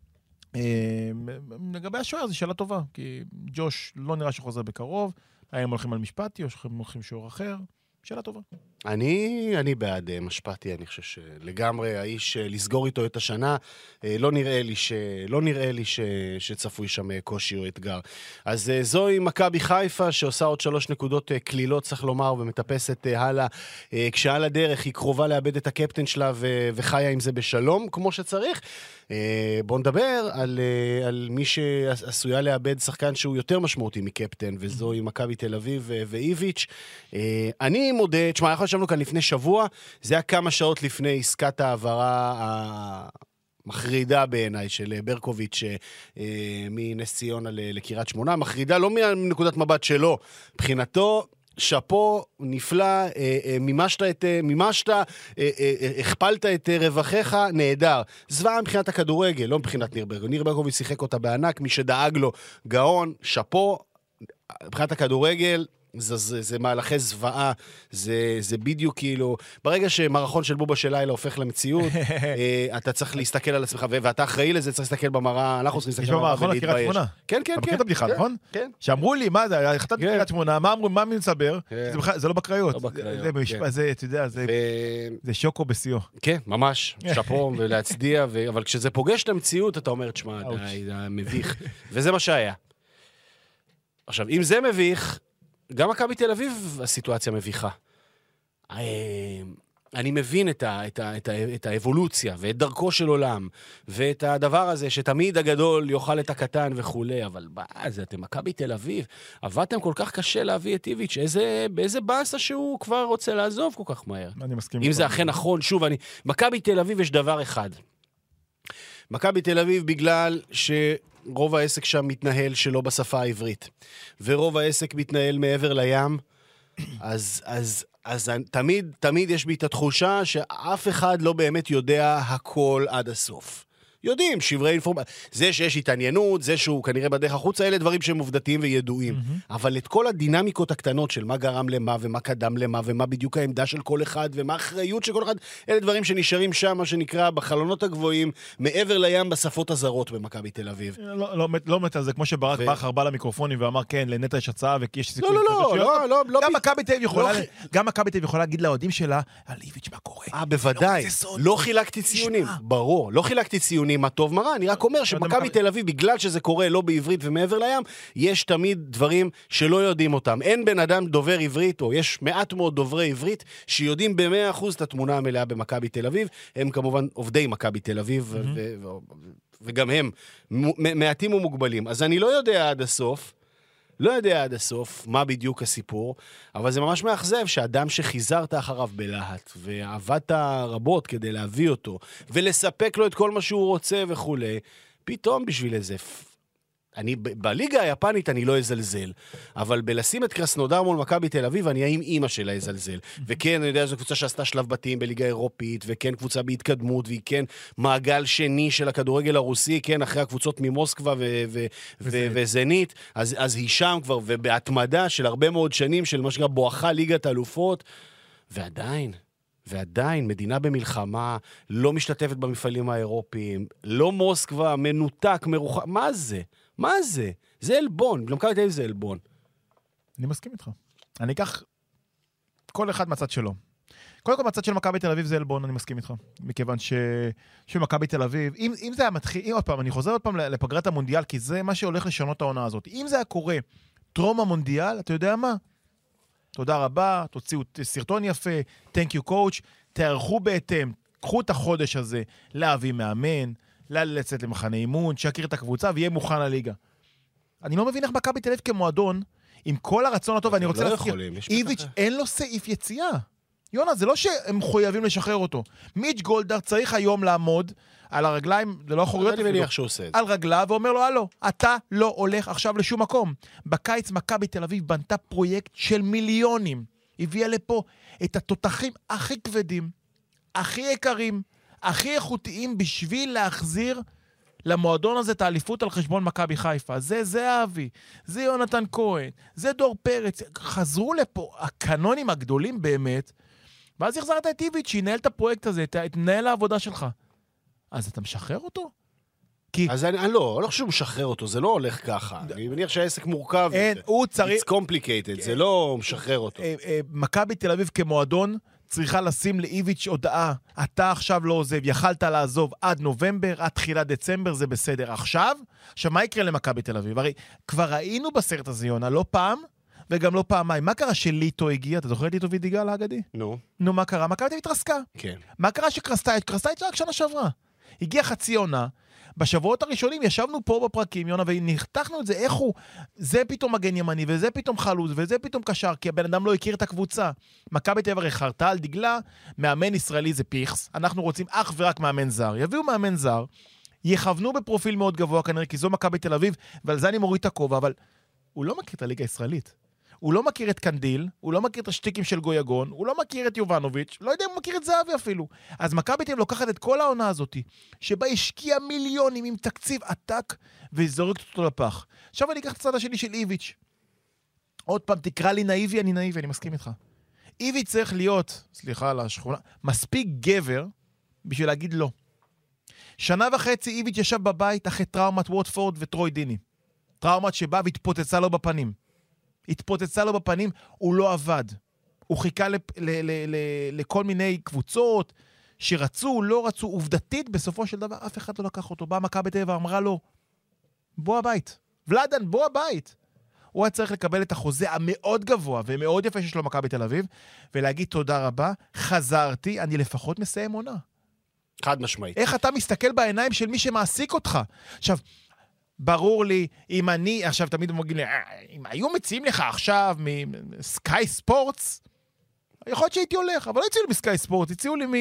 D: לגבי השוער זו שאלה טובה, כי ג'וש לא נראה שחוזר בקרוב, האם הולכים על משפטי או הולכים שוער אחר, שאלה טובה.
C: אני, אני בעד משפטי, אני חושב שלגמרי האיש לסגור איתו את השנה, לא נראה לי, ש, לא נראה לי ש, שצפוי שם קושי או אתגר. אז זוהי מכבי חיפה שעושה עוד שלוש נקודות כלילות, צריך לומר, ומטפסת הלאה, כשעל הדרך היא קרובה לאבד את הקפטן שלה ו, וחיה עם זה בשלום, כמו שצריך. בואו נדבר על, על מי שעשויה לאבד שחקן שהוא יותר משמעותי מקפטן, וזוהי מכבי תל אביב ואיביץ'. אני מודה, תשמע, אנחנו ישבנו כאן לפני שבוע, זה היה כמה שעות לפני עסקת העברה המחרידה בעיניי של ברקוביץ' מנס ציונה לקריית שמונה, מחרידה לא מנקודת מבט שלו, מבחינתו, שפו, נפלא, מימשת את, מימשת, הכפלת את רווחיך, נהדר. זוועה מבחינת הכדורגל, לא מבחינת ניר ברקוביץ'. ניר ברקוביץ' שיחק אותה בענק, מי שדאג לו, גאון, שפו, מבחינת הכדורגל, זה, זה, זה מהלכי זוועה, זה, זה בדיוק כאילו, ברגע שמערכון של בובה של לילה הופך למציאות, אתה צריך להסתכל על עצמך, ואתה אחראי לזה, צריך להסתכל במראה, אנחנו צריכים להסתכל במראה ולהתבייש. יש במערכון לקריית שמונה. כן, כן, כן.
D: אתה מכיר את הבדיחה, נכון?
C: כן.
D: שאמרו לי, מה זה, חתמתי קריית שמונה, מה אמרו, מה מי מסבר? זה לא בקריות. זה במשפט, זה, אתה יודע, זה שוקו בסיוע.
C: כן, ממש, שפו ולהצדיע, אבל כשזה פוגש את המציאות, אתה אומר, תשמע, די, זה מביך. וזה מה שהיה. עכשיו, אם זה מביך, גם מכבי תל אביב הסיטואציה מביכה. אני מבין את, ה, את, ה, את, ה, את האבולוציה ואת דרכו של עולם, ואת הדבר הזה שתמיד הגדול יאכל את הקטן וכו', אבל זה, אתם מכבי תל אביב, עבדתם כל כך קשה להביא את איביץ', איזה, באיזה באסה שהוא כבר רוצה לעזוב כל כך מהר.
D: אני מסכים.
C: אם זה אכן נכון, שוב, אני, מכבי תל אביב יש דבר אחד. מכבי תל אביב בגלל ש... רוב העסק שם מתנהל שלא בשפה העברית, ורוב העסק מתנהל מעבר לים, אז, אז, אז תמיד, תמיד יש בי את התחושה שאף אחד לא באמת יודע הכל עד הסוף. יודעים, שברי אינפורמציה, זה שיש התעניינות, זה שהוא כנראה בדרך החוצה, אלה דברים שהם עובדתיים וידועים. Mm-hmm. אבל את כל הדינמיקות הקטנות של מה גרם למה, ומה קדם למה, ומה בדיוק העמדה של כל אחד, ומה האחריות של כל אחד, אלה דברים שנשארים שם, מה שנקרא, בחלונות הגבוהים, מעבר לים בשפות הזרות במכבי תל אביב.
D: לא, לא, לא מת על זה, כמו שברק ו... בכר בא למיקרופונים ואמר, כן, לנטע יש הצעה, ויש סיכוי...
C: לא, לא, לא, לא, לא,
D: גם מכבי תל אביב יכולה, גם מכבי תל אביב יכולה להגיד לאוהדים שלה, על איביץ' מה קורה?
C: אה, בוודאי. לא חילקתי ציונים. ברור, לא חילקתי ציונים, מה טוב מראה. אני רק אומר שמכבי תל אביב, בגלל שזה קורה לא בעברית ומעבר לים, יש תמיד דברים שלא יודעים אותם. אין בן אדם דובר עברית, או יש מעט מאוד דוברי עברית, שיודעים ב-מאה אחוז את התמונה המלאה במכבי תל אביב. הם כמובן עובדי מכבי תל אביב, וגם הם מעטים ומוגבלים. אז אני לא יודע עד הסוף, לא יודע עד הסוף מה בדיוק הסיפור, אבל זה ממש מאכזב שאדם שחיזרת אחריו בלהט, ועבדת רבות כדי להביא אותו, ולספק לו את כל מה שהוא רוצה וכו', פתאום בשביל איזה... אני, בליגה היפנית אני לא אזלזל, אבל בלשים את קרסנודר מול מכבי תל אביב, אני עם אמא שלה אזלזל. וכן, אני יודע, זו קבוצה שעשתה שלב בתים בליגה אירופית, וכן קבוצה בהתקדמות, והיא כן מעגל שני של הכדורגל הרוסי, כן, אחרי הקבוצות ממוסקבה ו- ו- ו- וזנית, אז, אז היא שם כבר, ובהתמדה של הרבה מאוד שנים, של מה שקרה בואכה ליגת אלופות, ועדיין, ועדיין, מדינה במלחמה, לא משתתפת במפעלים האירופיים, לא מוסקבה, מנותק, מרוחק, מה זה? מה זה? זה אלבון, למכבי תל אביב זה אלבון.
D: אני מסכים איתך. אני אקח כל אחד מהצד שלו. קודם כל מהצד של מכבי תל אביב זה אלבון, אני מסכים איתך. מכיוון ש... שמכבי תל אביב, אם, אם זה היה מתחיל, אם עוד פעם, אני חוזר עוד פעם לפגרת המונדיאל, כי זה מה שהולך לשנות העונה הזאת. אם זה היה קורה טרום המונדיאל, אתה יודע מה? תודה רבה, תוציאו סרטון יפה, thank you coach, תערכו בהתאם, קחו את החודש הזה להביא מאמן, לצאת למחנה אימון, שיכיר את הקבוצה ויהיה מוכן לליגה. אני לא מבין איך מכבי תל אביב כמועדון, עם כל הרצון הטוב, ואני רוצה להזכיר, איביץ' אין לו סעיף יציאה. יונה, זה לא שהם חויבים לשחרר אותו. מיץ' גולדהר צריך היום לעמוד על הרגליים, זה לא אחוריות אפילו, על רגליו, ואומר לו, הלו, אתה לא הולך עכשיו לשום מקום. בקיץ מכבי תל אביב בנתה פרויקט של מיליונים, הביאה לפה את התותחים הכי כבדים, הכי יקרים, הכי איכותיים בשביל להחזיר למועדון הזה את האליפות על חשבון מכבי חיפה. זה זה אבי, זה יונתן כהן, זה דור פרץ. חזרו לפה הקנונים הגדולים באמת, ואז החזרת את איביץ' שינהל את הפרויקט הזה, את נהל העבודה שלך. אז אתה משחרר אותו?
C: כי... אז אני, אני לא, אני לא חושב שהוא משחרר אותו, זה לא הולך ככה. אני מניח שהעסק מורכב.
D: אין, הוא צריך...
C: It's complicated, זה לא משחרר אותו.
D: מכבי תל אביב כמועדון צריכה לשים לאיביץ' הודעה, אתה עכשיו לא עוזב, יכלת לעזוב עד נובמבר, עד תחילת דצמבר, זה בסדר. עכשיו, עכשיו מה יקרה למכבי תל אביב? הרי כבר ראינו בסרט הזה, יונה, לא פעם, וגם לא פעמיים. מה קרה שליטו הגיע? אתה זוכר את ליטו וידיגל האגדי?
C: נו.
D: נו, מה קרה? מכבי תל אביב התרסקה.
C: כן.
D: מה קרה שקרסטייץ'? קרסטייץ' רק שנה שעברה. הגיע חצי עונה, בשבועות הראשונים ישבנו פה בפרקים, יונה, ונחתכנו את זה, איך הוא, זה פתאום מגן ימני, וזה פתאום חלוץ, וזה פתאום קשר, כי הבן אדם לא הכיר את הקבוצה. מכבי תל אביב חרתה על דגלה, מאמן ישראלי זה פיכס, אנחנו רוצים אך ורק מאמן זר. יביאו מאמן זר, יכוונו בפרופיל מאוד גבוה כנראה, כי זו מכבי תל אביב, ועל זה אני מוריד את הכובע, אבל הוא לא מכיר את הליגה הישראלית. הוא לא מכיר את קנדיל, הוא לא מכיר את השטיקים של גויגון, הוא לא מכיר את יובנוביץ', לא יודע אם הוא מכיר את זהבי אפילו. אז מכבי תל אביב לוקחת את כל העונה הזאת, שבה השקיע מיליונים עם תקציב עתק, וזורקת אותו לפח. עכשיו אני אקח את הצד השני של איביץ'. עוד פעם, תקרא לי נאיבי, אני נאיבי, אני מסכים איתך. איביץ' צריך להיות, סליחה על השכונה, מספיק גבר בשביל להגיד לא. שנה וחצי איביץ' ישב בבית אחרי טראומת ווטפורד וטרוי דיני. טראומת שבאה והתפוצצה לו בפנים. התפוצצה לו בפנים, הוא לא עבד. הוא חיכה לפ... ל... ל... ל... לכל מיני קבוצות שרצו, לא רצו. עובדתית, בסופו של דבר, אף אחד לא לקח אותו. באה מכבי תל אביב ואמרה לו, בוא הבית. ולדן, בוא הבית. הוא היה צריך לקבל את החוזה המאוד גבוה ומאוד יפה שיש לו מכבי תל אביב, ולהגיד תודה רבה, חזרתי, אני לפחות מסיים עונה.
C: חד משמעית.
D: איך אתה מסתכל בעיניים של מי שמעסיק אותך? עכשיו, ברור לי, אם אני, עכשיו תמיד מגיעים לי, אם היו מציעים לך עכשיו מסקאי ספורטס, יכול להיות שהייתי הולך, אבל לא הציעו לי מסקאי ספורטס, הציעו לי מ...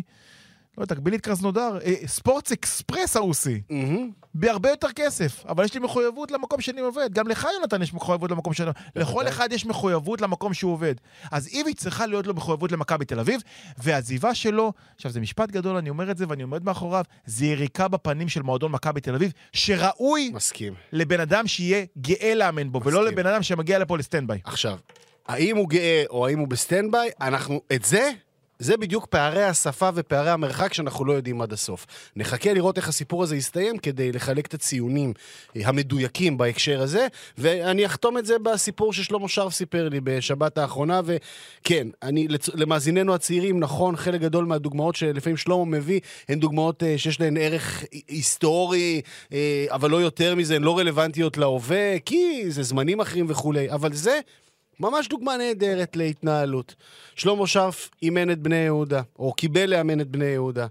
D: לא יודע, תקבילית קרסנודר, ספורטס אקספרס הרוסי, בהרבה יותר כסף, אבל יש לי מחויבות למקום שאני עובד, גם לך יונתן יש מחויבות למקום שאני עובד, לכל אחד יש מחויבות למקום שהוא עובד, אז איביץ' צריכה להיות לו מחויבות למכבי תל אביב, והעזיבה שלו, עכשיו זה משפט גדול, אני אומר את זה ואני עומד מאחוריו, זה יריקה בפנים של מועדון מכבי תל אביב, שראוי
C: מסכים.
D: לבן אדם שיהיה גאה לאמן בו, ולא לבן אדם שמגיע לפה לסטנדביי.
C: עכשיו, האם הוא גאה או האם הוא בסטנדביי, אנחנו, את זה... זה בדיוק פערי השפה ופערי המרחק שאנחנו לא יודעים עד הסוף. נחכה לראות איך הסיפור הזה יסתיים כדי לחלק את הציונים המדויקים בהקשר הזה, ואני אחתום את זה בסיפור ששלמה שרף סיפר לי בשבת האחרונה, וכן, אני, למאזיננו הצעירים, נכון, חלק גדול מהדוגמאות שלפעמים שלמה מביא, הן דוגמאות שיש להן ערך היסטורי, אבל לא יותר מזה, הן לא רלוונטיות להווה, כי זה זמנים אחרים וכו', אבל זה... ממש דוגמה נהדרת להתנהלות. שלמה שרף אימן את בני יהודה, או קיבל לאמן את בני יהודה,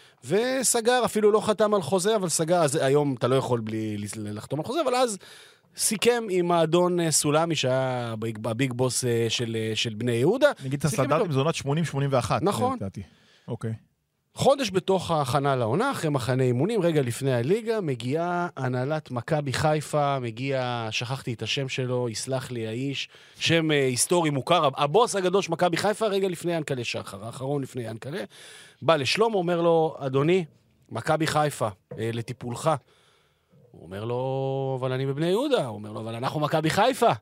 C: וסגר, אפילו לא חתם על חוזה, אבל סגר, אז היום אתה לא יכול בלי לחתום על חוזה, אבל אז סיכם עם האדון סולמי, שהיה הביג בוס של, של בני יהודה.
D: נגיד את הסטנדרטים, זו עונת שמונים שמונים ואחת.
C: נכון.
D: אוקיי.
C: חודש בתוך ההכנה לעונה, אחרי מחנה אימונים, רגע לפני הליגה, מגיעה הנהלת מכבי חיפה, מגיע, שכחתי את השם שלו, יסלח לי האיש, שם היסטורי מוכר, הבוס הגדול של מכבי חיפה, רגע לפני ינקלה שחר, האחרון לפני ינקלה, בא לשלום, אומר לו, אדוני, מכבי חיפה, לטיפולך. הוא אומר לו, אבל אני בבני יהודה, הוא אומר לו, אבל אנחנו מכבי חיפה.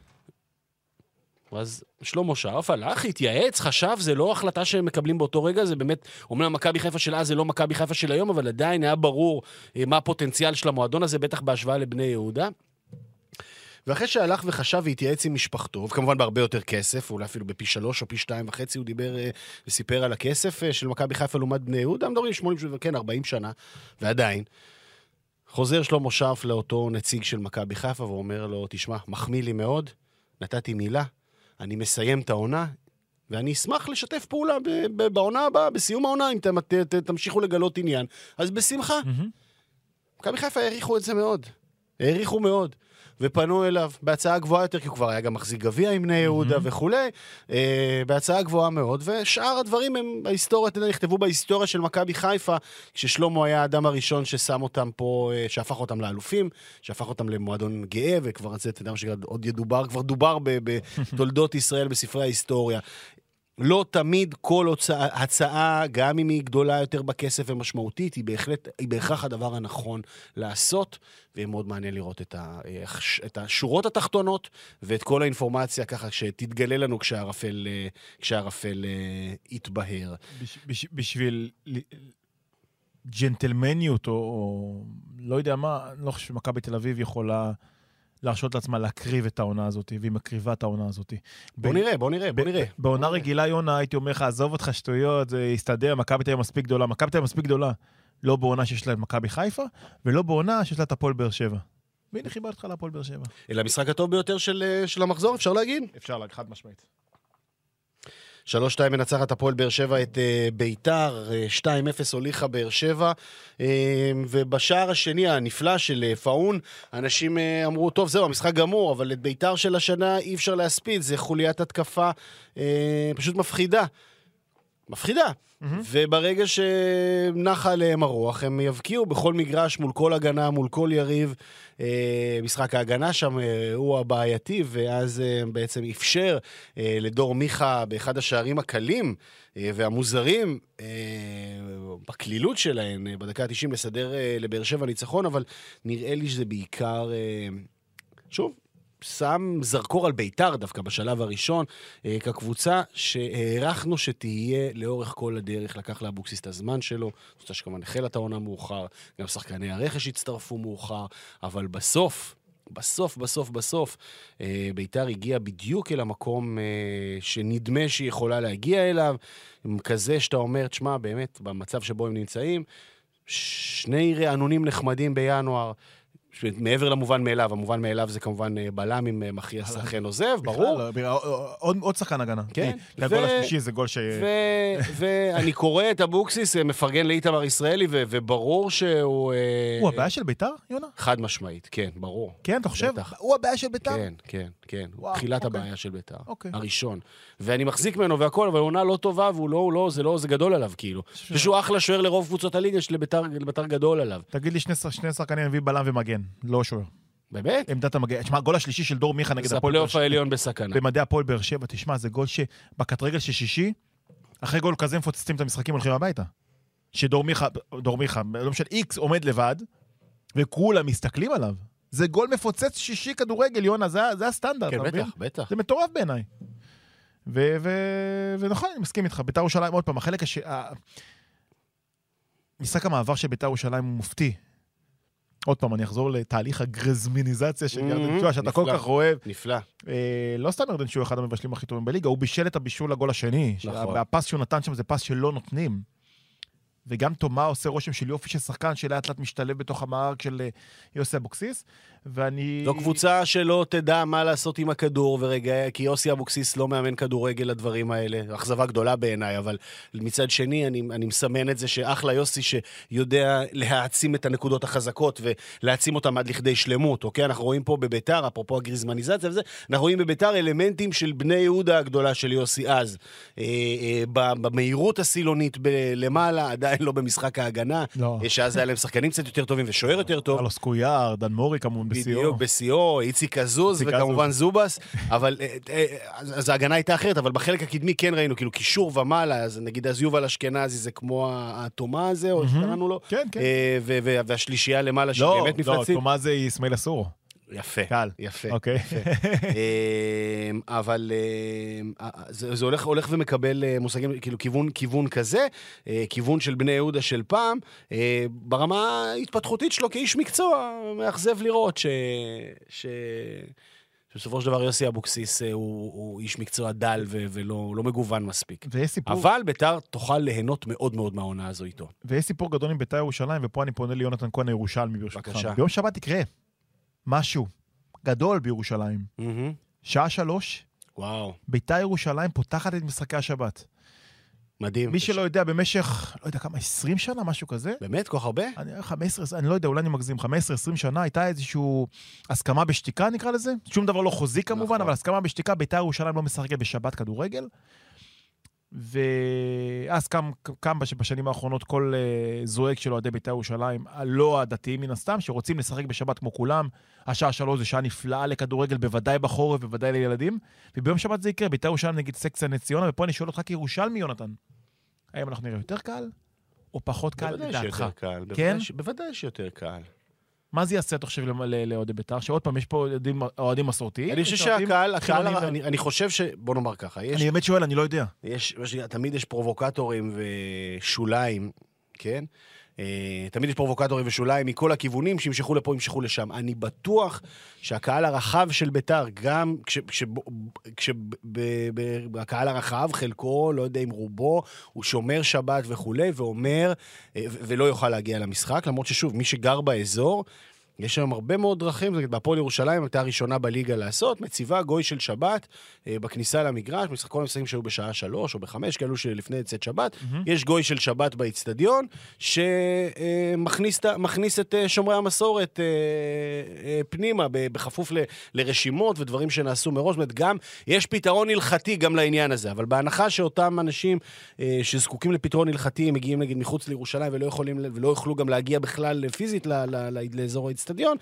C: אז שלמה שרף הלך, התייעץ, חשב, זה לא החלטה שהם מקבלים באותו רגע, זה באמת, אומנם מכבי חיפה של אז זה לא מכבי חיפה של היום, אבל עדיין היה ברור מה הפוטנציאל של המועדון הזה, בטח בהשוואה לבני יהודה. ואחרי שהלך וחשב והתייעץ עם משפחתו, וכמובן בהרבה יותר כסף, אולי אפילו בפי שלוש או פי שתיים וחצי, הוא דיבר וסיפר על הכסף של מכבי חיפה לעומת בני יהודה, מדברים שמונים, כן, ארבעים שנה, ועדיין. חוזר שלמה שרף לאותו נציג של מכבי חיפה, ואומר לו, תשמע, מחמיא לי מאוד, נתתי מילה, אני מסיים את העונה, ואני אשמח לשתף פעולה בעונה הבאה, בסיום העונה, אם תמשיכו לגלות עניין. אז בשמחה. מכבי חיפה העריכו את זה מאוד. העריכו מאוד. ופנו אליו בהצעה גבוהה יותר, כי הוא כבר היה גם מחזיק גביע עם בני יהודה וכו', בהצעה גבוהה מאוד, ושאר הדברים הם בהיסטוריה, נכתבו בהיסטוריה של מכבי חיפה, כששלמה היה האדם הראשון ששם אותם פה, שהפך אותם לאלופים, שהפך אותם למועדון גאה, וכבר זה, אתה יודע שעוד ידובר, כבר דובר בתולדות ישראל בספרי ההיסטוריה. לא תמיד כל הוצאה, הצעה, גם אם היא גדולה יותר בכסף ומשמעותית, היא בהחלט, היא בהכרח הדבר הנכון לעשות, ויהיה מאוד מעניין לראות את, ה, את השורות התחתונות, ואת כל האינפורמציה ככה שתתגלה לנו כשהרפל, כשהרפל יתבהר.
D: בש, בש, בשביל ג'נטלמניות, או, או לא יודע מה, אני לא חושב שמכבי תל אביב יכולה להרשות לעצמה להקריב את העונה הזאת, והיא מקריבה את העונה הזאת.
C: בוא נראה, בוא נראה, בוא נראה.
D: בעונה רגילה, יונה, הייתי אומר לך, עזוב אותך שטויות, זה יסתדר, מכבי תל אביב מספיק גדולה. מכבי תל אביב מספיק גדולה, לא בעונה שיש לה את מכבי חיפה, ולא בעונה שיש לה את הפועל באר שבע. והנה חיברת לך להפועל באר שבע.
C: אלא המשחק הטוב ביותר של, של המחזור, אפשר להגיד?
D: אפשר להגיד, חד משמעית.
C: שלוש שתיים מנצחת הפועל באר שבע את uh, ביתר, uh, שתיים אפס הוליכה באר שבע, uh, ובשער השני הנפלא של uh, פאון, אנשים uh, אמרו, טוב, זהו, המשחק גמור, אבל את ביתר של השנה אי אפשר להספיד, זה חוליית התקפה uh, פשוט מפחידה. מפחידה. וברגע שנחה עליהם הרוח, הם יבקיעו בכל מגרש, מול כל הגנה, מול כל יריב. משחק ההגנה שם הוא הבעייתי, ואז בעצם אפשר לדור מיכה באחד השערים הקלים והמוזרים, בכלילות שלהם, בדקה ה-תשעים לסדר לבאר שבע ניצחון, אבל נראה לי שזה בעיקר, שוב, שם זרקור על ביתר דווקא בשלב הראשון, כקבוצה שהערכנו שתהיה לאורך כל הדרך, לקח לאבוקסיס את הזמן שלו, זאת שכמובן החלה את העונה מאוחר, גם שחקני הרכש הצטרפו מאוחר, אבל בסוף, בסוף, בסוף, בסוף, ביתר הגיע בדיוק אל המקום שנדמה שהיא יכולה להגיע אליו, כזה שאתה אומר, תשמע, באמת, במצב שבו הם נמצאים, שני רענונים נחמדים בינואר, מעבר למובן מאליו, המובן מאליו זה כמובן בלם עם מחיה סחן עוזב, ברור.
D: עוד שחקן הגנה.
C: כן.
D: הגול השלישי זה גול ש...
C: ואני קורא את אבוקסיס, מפרגן לאיתמר ישראלי, וברור שהוא...
D: הוא הבעיה של ביתר, יונה?
C: חד משמעית, כן, ברור.
D: כן, אתה חושב? הוא הבעיה של ביתר?
C: כן, כן, כן. תחילת הבעיה של ביתר. הראשון. ואני מחזיק ממנו והכל, אבל עונה לא טובה, והוא לא, זה לא, זה גדול עליו, כאילו. שהוא אחלה שוער לרוב קבוצות הליגה שלביתר גדול עליו. תגיד לי שני שחקנים מביא בלם ומגן. לא שוער.
D: באמת? עמדת המגן. תשמע, הגול השלישי של דור מיכה נגד
C: הפועל באר שבע. זה הפלייאוף העליון בסכנה.
D: במדעי הפועל באר שבע, תשמע, זה גול שבקט רגל של שישי, אחרי גול כזה מפוצצים את המשחקים הולכים הביתה. שדור מיכה, דור מיכה, לא משנה, איקס עומד לבד, וכולם מסתכלים עליו. זה גול מפוצץ שישי כדורגל, יונה, זה, זה הסטנדרט.
C: כן, בטח, בטח.
D: זה מטורף בעיניי. ו- ו- ונכון, אני מסכים איתך. ביתר ירושלים, עוד פעם, החלק הש... משחק המעבר של ביתר ירושלים הוא מופתי. עוד פעם, אני אחזור לתהליך הגרזמיניזציה של ירדן שועה, שאתה כל כך אוהב.
C: נפלא.
D: לא סתם ירדן שועה אחד המבשלים הכי טובים בליגה, הוא בישל את הבישול לגול השני. והפס שהוא נתן שם זה פס שלא נותנים. וגם תומה עושה רושם של יופי של שחקן, שלאט לאט משתלב בתוך המערק של יוסי אבוקסיס, ואני...
C: זו קבוצה שלא תדע מה לעשות עם הכדור, ורגע, כי יוסי אבוקסיס לא מאמן כדורגל לדברים האלה, אכזבה גדולה בעיניי, אבל מצד שני, אני, אני מסמן את זה שאחלה יוסי שיודע להעצים את הנקודות החזקות, ולהעצים אותם עד לכדי שלמות, אוקיי? אנחנו רואים פה בביתר, אפרופו הגריזמניזציה וזה, אנחנו רואים בביתר אלמנטים של בני יהודה הגדולה של יוסי אז, אה, אה, במהירות הסילונית למעלה, עדיין לא במשחק ההגנה,
D: לא.
C: שאז היה להם שחקנים קצת יותר טובים ושוער יותר טוב.
D: קרלוס קויאר, דן מורי כמובן בסיור.
C: בדיוק, בסיור, איציק עזוז וכמובן זובס, אבל אז ההגנה הייתה אחרת, אבל בחלק הקדמי כן ראינו, כאילו קישור ומעלה, אז נגיד אז יובל אשכנזי זה כמו התומה הזה, או שקראנו לו,
D: כן, כן.
C: והשלישייה למעלה שבאמת מפלצית.
D: לא, תומה זה ישמעאל אסורו.
C: יפה,
D: קל.
C: יפה.
D: אוקיי.
C: אבל זה הולך, הולך ומקבל מושגים, כאילו כיוון, כיוון כזה, כיוון של בני יהודה של פעם, ברמה ההתפתחותית שלו כאיש מקצוע, מאכזב לראות ש... ש... שבסופו של דבר יוסי אבוקסיס הוא, הוא איש מקצוע דל ו- ולא לא מגוון מספיק.
D: סיפור...
C: אבל ביתר תוכל ליהנות מאוד מאוד מהעונה הזו איתו.
D: ויש סיפור גדול עם ביתר ירושלים, ופה אני פונה ליונתן כהן הירושלמי ברשותך.
C: בבקשה.
D: ביום שבת יקרה משהו גדול בירושלים.
C: Mm-hmm.
D: שעה שלוש,
C: וואו.
D: ביתר ירושלים פותחת את משחקי השבת.
C: מדהים.
D: מי שלא יודע, במשך, לא יודע כמה, עשרים שנה, משהו כזה?
C: באמת? כל כך הרבה?
D: אני, חמש עשרה, אני לא יודע, אולי אני מגזים, חמש עשרה עשרים שנה, הייתה איזושהי הסכמה בשתיקה, נקרא לזה. שום דבר לא חוזי כמובן, נכון. אבל הסכמה בשתיקה, ביתר ירושלים לא משחקת בשבת כדורגל. ואז קם, קם בשנים האחרונות כל uh, זועק של אוהדי ביתר ירושלים, הלא הדתיים מן הסתם, שרוצים לשחק בשבת כמו כולם. השעה שלוש זה שעה נפלאה לכדורגל, בוודאי בחורף, בוודאי לילדים. וביום שבת זה יקרה, ביתר ירושלים נגיד סקציה נס ציונה, ופה אני שואל אותך כירושלמי, יונתן. האם אנחנו נראה יותר קל, או פחות קל לדעתך?
C: כן? בוודאי שיותר קל.
D: מה זה יעשה, תחשב לאוהדי ביתר? שעוד פעם, יש פה אוהדים מסורתיים?
C: אני חושב שהקהל, אני חושב ש... בוא נאמר ככה.
D: אני באמת שואל, אני לא יודע.
C: תמיד יש פרובוקטורים ושוליים, כן? תמיד יש פרובוקטורים ושוליים מכל הכיוונים שימשכו לפה, ימשכו לשם. אני בטוח שהקהל הרחב של ביתר, גם כשהקהל הרחב, חלקו, לא יודע אם רובו, הוא שומר שבת וכו', ואומר, ולא יוכל להגיע למשחק, למרות ששוב, מי שגר באזור, יש היום הרבה מאוד דרכים, בהפועל ירושלים הייתה הראשונה בליגה לעשות, מציבה גוי של שבת בכניסה למגרש, כל המשחקים שהיו בשעה שלוש או בחמש, כאלו שלפני צאת שבת, mm-hmm. יש גוי של שבת באצטדיון, שמכניס את שומרי המסורת פנימה, בכפוף ל, לרשימות ודברים שנעשו מראש, זאת אומרת, גם יש פתרון הלכתי גם לעניין הזה, אבל בהנחה שאותם אנשים שזקוקים לפתרון הלכתי, מגיעים נגיד מחוץ לירושלים ולא יכולים, ולא יוכלו גם להגיע בכלל פיזית ל, ל, ל, לאזור האצטדיון,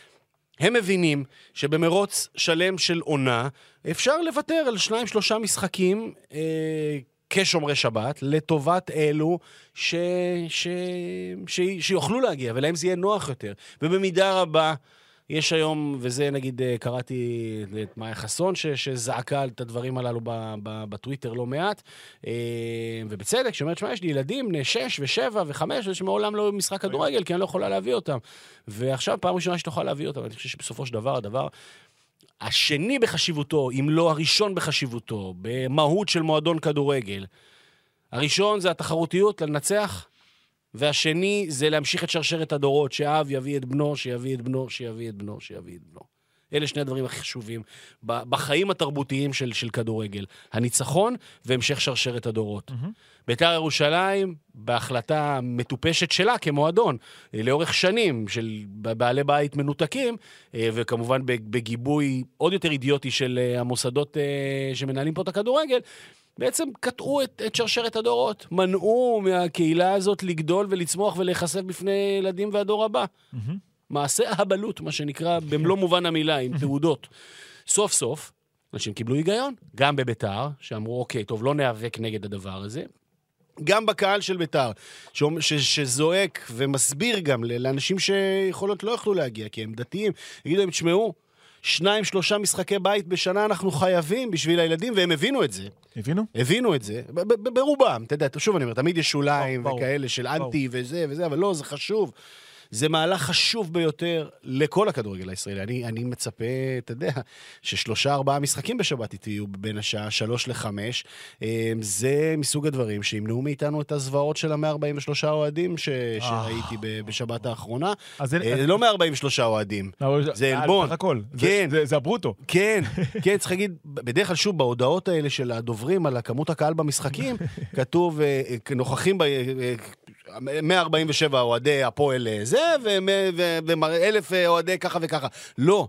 C: הם מבינים שבמרוץ שלם של עונה, אפשר לוותר על שניים, שלושה משחקים אה, כשומרי שבת, לטובת אלו ש, ש, ש, שיוכלו להגיע, ולהם זה יהיה נוח יותר. ובמידה רבה, יש היום, וזה נגיד קראתי את מאיה חסון, ש, שזעקה את הדברים הללו ב, ב, בטוויטר לא מעט, אה, ובצדק, שאומרת, שמה, יש לי ילדים, בני שש ושבע וחמש, שמעולם לא משחק כדורגל, כי אני לא יכולה להביא אותם. ועכשיו פעם ראשונה שתוכל להביא אותם, אני חושב שבסופו של דבר, הדבר השני בחשיבותו, אם לא הראשון בחשיבותו, במהות של מועדון כדורגל, הראשון זה התחרותיות לנצח, והשני זה להמשיך את שרשרת הדורות, שאב יביא את בנו, שיביא את בנו, שיביא את בנו, שיביא את בנו. אלה שני הדברים הכי חשובים בחיים התרבותיים של, של כדורגל. הניצחון והמשך שרשרת הדורות. Mm-hmm. בית"ר ירושלים, בהחלטה מטופשת שלה כמועדון, לאורך שנים של בעלי בית מנותקים, וכמובן בגיבוי עוד יותר אידיוטי של המוסדות שמנהלים פה את הכדורגל, בעצם קטעו את, את שרשרת הדורות, מנעו מהקהילה הזאת לגדול ולצמוח ולהיחשף בפני ילדים והדור הבא. Mm-hmm. מעשה הבלות, מה שנקרא, במלוא מובן המילה, עם תעודות. סוף סוף, אנשים קיבלו היגיון, גם בביתר, שאמרו, אוקיי, טוב, לא נאבק נגד הדבר הזה, גם בקהל של ביתר, ש- ש- שזועק ומסביר גם לאנשים שיכולות לא יכלו להגיע, כי הם דתיים, יגידו הם, תשמעו, שניים, שלושה משחקי בית בשנה אנחנו חייבים בשביל הילדים, והם הבינו את זה. הבינו? הבינו את זה, ב- ב- ברובם, אתה יודע, שוב אני אומר, תמיד יש שוליים וכאלה של אנטי וזה וזה, אבל לא, זה חשוב. זה מהלך חשוב ביותר לכל הכדורגל הישראלי. אני, אני מצפה, אתה יודע, ששלושה, ארבעה משחקים בשבת יהיו בין השעה שלוש לחמש. זה מסוג הדברים שימנעו מאיתנו את הזוועות של ה-מאה ארבעים ושלושה אוהדים ש... שראיתי בשבת האחרונה. זה לא מאה ארבעים ושלושה אוהדים, זה אלבון. כן.
D: זה הברוטו.
C: כן, כן, צריך להגיד, בדרך כלל שוב, בהודעות האלה של הדוברים על כמות הקהל במשחקים, כתוב, נוכחים ב... מאה ארבעים ושבע אוהדי הפועל זה, ואלף אוהדי ככה וככה. לא.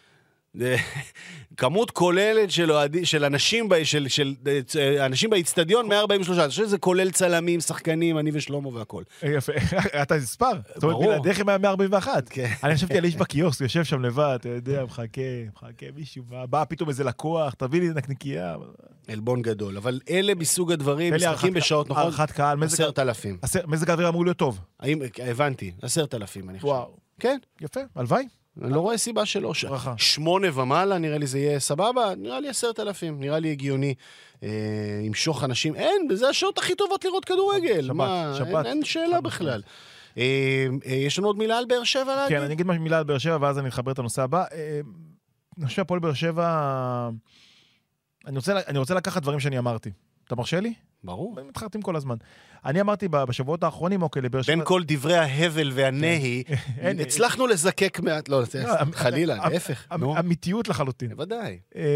C: כמות כוללת של אוהדים, של אנשים, של, של אנשים באצטדיון, מאה ארבעים ושלוש. אני חושב שזה כולל צלמים, שחקנים, אני ושלמה והכל.
D: יפה. אתה ספר. זאת אומרת, בלעדיך עם מאה ארבעים ואחת. אני חשבתי על איש בקיוסק, יושב שם לבד, אתה יודע, מחכה, מחכה מישהו, בא פתאום איזה לקוח, תביא לי נקניקייה.
C: אלבון גדול. אבל אלה בסוג הדברים, משחקים בשעות, נכון?
D: הערכת קהל,
C: עשרת אלפים.
D: מזג האוויר אמור להיות טוב.
C: הבנתי, עשרת אלפים, אני חושב.
D: וואו.
C: כן.
D: יפה, הלוואי.
C: אני לא רואה סיבה שלא. שמונה ומעלה, נראה לי זה יהיה סבבה, נראה לי עשרת אלפים, נראה לי הגיוני, עם שוך אנשים. אין, זה השעות הכי טובות לראות כדורגל. שבת, שבת. אין שאלה בכלל. יש לנו עוד מילה על באר שבע להגיד?
D: כן, אני אגיד מילה על באר שבע, ואז אני אחבר את הנושא הבא. אני חושב הפועל באר שבע, אני רוצה לקחת דברים שאני אמרתי. אתה מרשה לי?
C: ברור.
D: הם מתחרטים כל הזמן. אני אמרתי בשבועות האחרונים, אוקיי, לבאר שבע...
C: בין כל דברי ההבל והנהי, הצלחנו לזקק מעט, לא, חלילה, להפך.
D: אמיתיות לחלוטין.
C: בוודאי.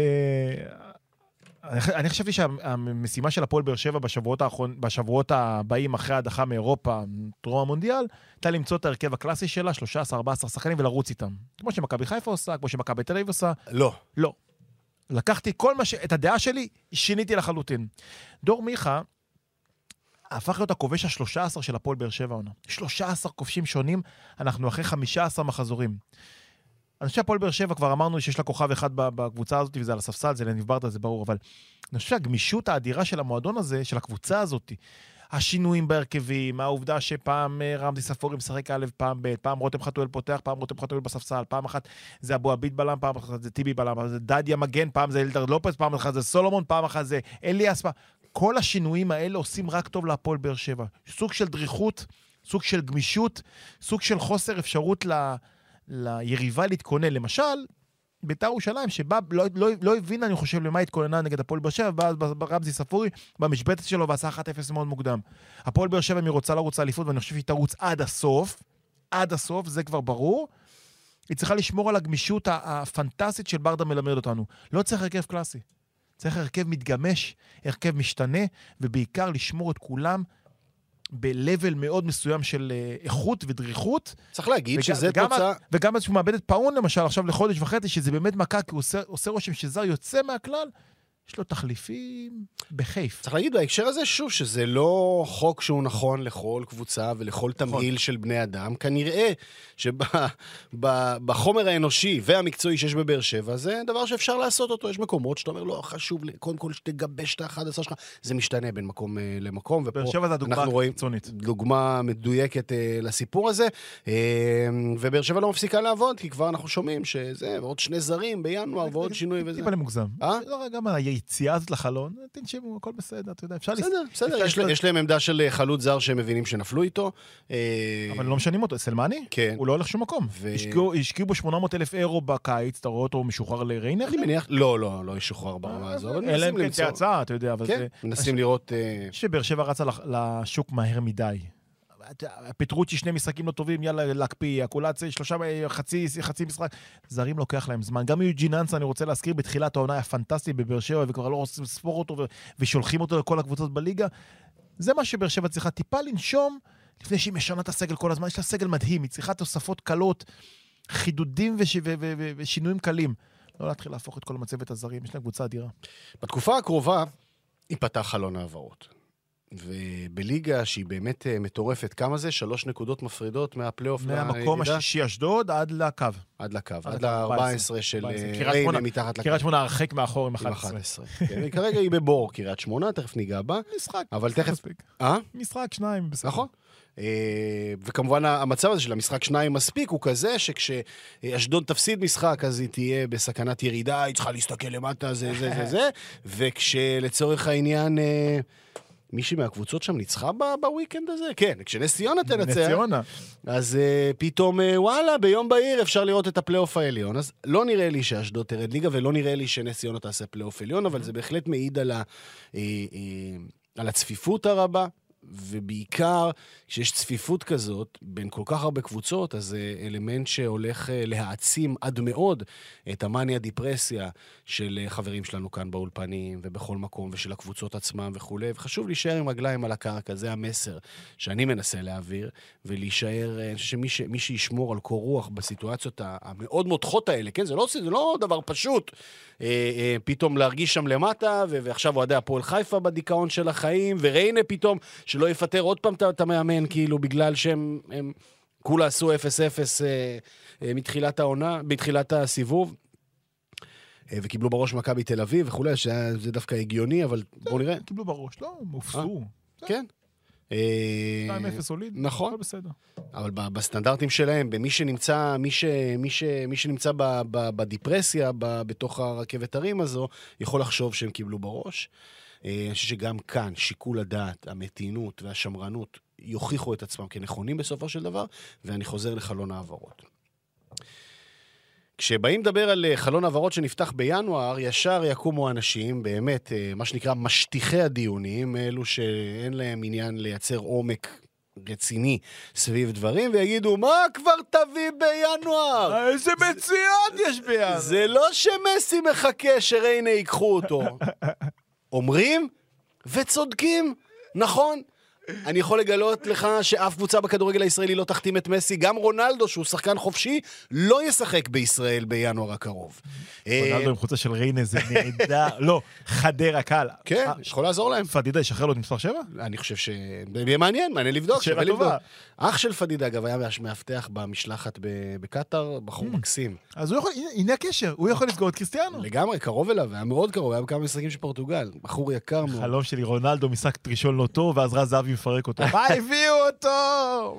D: אני חשבתי שהמשימה של הפועל באר שבע בשבועות הבאים אחרי ההדחה מאירופה, טרום המונדיאל, הייתה למצוא את ההרכב הקלאסי שלה, שלושה עשר ארבעה עשר שחקנים ולרוץ איתם. כמו שמכבי חיפה עושה, כמו שמכבי תל אביב עושה.
C: לא.
D: לא. לקחתי כל מה ש... את הדעה שלי, שיניתי לחלוטין. דור מיכה הפך להיות הכובש ה-שלוש עשרה של הפועל באר שבע עונה. שלושה עשר כובשים שונים, אנחנו אחרי חמישה עשר מחזורים. אני חושב שהפועל באר שבע, כבר אמרנו שיש לה כוכב אחד בקבוצה הזאת, וזה על הספסל, זה לנברת, זה ברור, אבל אני חושב שהגמישות האדירה של המועדון הזה, של הקבוצה הזאת, השינויים בהרכבים, העובדה שפעם רמזי ספורי משחק א', פעם ב', פעם רותם חתואל פותח, פעם רותם חתואל בספסל, פעם אחת זה אבו עביד בלם, פעם אחת זה טיבי בלם, פעם זה דדיה מגן, פעם זה אלדר לופס, פעם אחת זה סולומון, פעם אחת זה אליאס. כל השינויים האלה עושים רק טוב להפועל באר שבע. סוג של דריכות, סוג של גמישות, סוג של חוסר אפשרות ל... ליריבה להתכונן. למשל, בית"ר ירושלים, שבה לא, לא, לא הבין, אני חושב, למה התכוננה נגד הפועל באר שבע, ואז רמזי ספורי במשבצת שלו ועשה אחת אפס מאוד מוקדם. הפועל באר שבע מי רוצה לרוץ לאליפות, ואני חושב שהיא תרוץ עד הסוף, עד הסוף, זה כבר ברור. היא צריכה לשמור על הגמישות הפנטסטית של ברדה מלמד אותנו. לא צריך הרכב קלאסי. צריך הרכב מתגמש, הרכב משתנה, ובעיקר לשמור את כולם ב-level מאוד מסוים של איכות ודריכות.
C: צריך להגיד
D: וג,
C: שזה
D: וגם,
C: תוצאה...
D: וגם שהוא מאבד את פאון למשל עכשיו לחודש וחצי, שזה באמת מכה, כי הוא עושה, עושה רושם שזר יוצא מהכלל, יש לו תחליפים בחיף.
C: צריך להגיד בהקשר הזה שוב, שזה לא חוק שהוא נכון לכל קבוצה ולכל תמהיל של בני אדם. כנראה שבחומר האנושי והמקצועי שיש בבאר שבע, זה דבר שאפשר לעשות אותו. יש מקומות שאתה אומר, לא, חשוב, קודם כל שתגבש את האחד עשר שלך. זה משתנה בין מקום למקום.
D: באר שבע זה הדוגמה הקיצונית.
C: דוגמה מדויקת לסיפור הזה. ובאר שבע לא מפסיקה לעבוד, כי כבר אנחנו שומעים שזה, ועוד שני זרים בינואר, ועוד שינוי וזה.
D: טיפה למוגזם. לא, גם היציאה הזאת לחלון, תנשימו, הכל בסדר, אתה יודע, אפשר...
C: בסדר, בסדר, יש להם עמדה של חלוץ זר שהם מבינים שנפלו איתו.
D: אבל לא משנים אותו, סלמני?
C: כן.
D: הוא לא הולך שום מקום. השקיעו בו שמונה מאות אלף אירו בקיץ, אתה רואה אותו משוחרר לריינר?
C: אני מניח, לא, לא, לא ישוחרר ברמה הזו, אבל
D: מנסים למצוא. אלא אם כן תהצעה, אתה יודע, אבל זה...
C: כן, מנסים לראות...
D: שבאר שבע רצה לשוק מהר מדי. פטרוצ'י שני משחקים לא טובים, יאללה, להקפיא, הקולציה, שלושה, חצי, חצי משחק. זרים לוקח להם זמן. גם יוג'ין אנסה, אני רוצה להזכיר, בתחילת העונה היה פנטסטי בבאר שבע, וכבר לא רוצים לספור אותו, ושולחים אותו לכל הקבוצות בליגה. זה מה שבאר שבע צריכה טיפה לנשום, לפני שהיא משנה את הסגל כל הזמן. יש לה סגל מדהים, היא צריכה תוספות קלות, חידודים וש... ו- ו- ו- ושינויים קלים. לא להתחיל להפוך את כל המצבת הזרים, יש לה קבוצה אדירה.
C: בתקופה הקרובה, ייפתח חלון העברות. ובליגה שהיא באמת מטורפת, כמה זה? שלוש נקודות מפרידות מהפלייאוף לירידה?
D: מהמקום השישי אשדוד עד לקו.
C: עד לקו, עד ל-ארבע עשרה של ריינה מתחת לקו.
D: קריית שמונה הרחק מאחור עם אחת עשרה.
C: כרגע היא בבור, קריית שמונה, תכף ניגע בה.
D: משחק.
C: אבל תכף...
D: משחק שניים.
C: נכון. וכמובן המצב הזה של המשחק שניים מספיק הוא כזה שכשאשדוד תפסיד משחק אז היא תהיה בסכנת ירידה, היא צריכה להסתכל למטה, זה זה זה זה, וכשלצורך העניין... מישהי מהקבוצות שם ניצחה בוויקנד הזה? כן, כשנס ציונה תנצח. נס ציונה. אז uh, פתאום, uh, וואלה, ביום בהיר אפשר לראות את הפלייאוף העליון. אז לא נראה לי שאשדוד תרד ליגה, ולא נראה לי שנס ציונה תעשה פלייאוף עליון, אבל זה בהחלט מעיד על, ה, uh, uh, על הצפיפות הרבה, ובעיקר כשיש צפיפות כזאת בין כל כך הרבה קבוצות, אז זה אלמנט שהולך להעצים עד מאוד את המניה דיפרסיה של חברים שלנו כאן באולפנים ובכל מקום ושל הקבוצות עצמם וכו'. וחשוב להישאר עם רגליים על הקרקע, זה המסר שאני מנסה להעביר, ולהישאר, אני חושב שמי ש, מי שישמור על קור רוח בסיטואציות המאוד מותחות האלה, כן? זה לא, זה לא דבר פשוט, אה, אה, פתאום להרגיש שם למטה, ו- ועכשיו אוהדי הפועל חיפה בדיכאון של החיים, וריינה פתאום שלא יפטר עוד פעם את המאמן, כאילו, בגלל שהם הם, כולה עשו אפס אפס אה, אה, מתחילת העונה, בתחילת הסיבוב, אה, וקיבלו בראש מכבי תל אביב וכולי, שזה דווקא הגיוני, אבל בואו נראה.
D: קיבלו בראש, לא, מופסו.
C: כן.
D: שתיים אפס הוליד,
C: נכון.
D: הכל בסדר.
C: אבל בסטנדרטים שלהם, במי שנמצא, מי ש, מי ש, מי שנמצא ב, ב, בדיפרסיה, ב, בתוך הרכבת הרים הזו, יכול לחשוב שהם קיבלו בראש. אני חושב שגם כאן שיקול הדעת, המתינות והשמרנות יוכיחו את עצמם כנכונים בסופו של דבר, ואני חוזר לחלון העברות. כשבאים לדבר על חלון העברות שנפתח בינואר, ישר יקומו אנשים, באמת, מה שנקרא משטיחי הדיונים, אלו שאין להם עניין לייצר עומק רציני סביב דברים, ויגידו, מה כבר תביא בינואר?
D: איזה מציאות יש בינואר?
C: זה לא שמסי מחכה שריינה ייקחו אותו. אומרים וצודקים, נכון? אני יכול לגלות לך שאף קבוצה בכדורגל הישראלי לא תחתים את מסי, גם רונלדו, שהוא שחקן חופשי, לא ישחק בישראל בינואר הקרוב.
D: רונלדו עם חוצה של ריינה זה נהדר, לא, חדרה קל.
C: כן, יכול לעזור להם.
D: פדידה ישחרר לו את מספר שבע?
C: אני חושב ש... מעניין, מעניין לבדוק, שווה לבדוק. אח של פדידה, אגב, היה מאבטח במשלחת בקטר, בחור מקסים.
D: אז הוא יכול, הנה הקשר, הוא יכול לסגור את קריסטיאנו.
C: לגמרי, קרוב אליו, היה מאוד קרוב, היה בכמה משחקים של פורטוגל, בחור יקר מאוד.
D: חלום שלי, רונלדו משחק ראשון לא טוב, ואז רז זהבי מפרק אותו. מה הביאו אותו?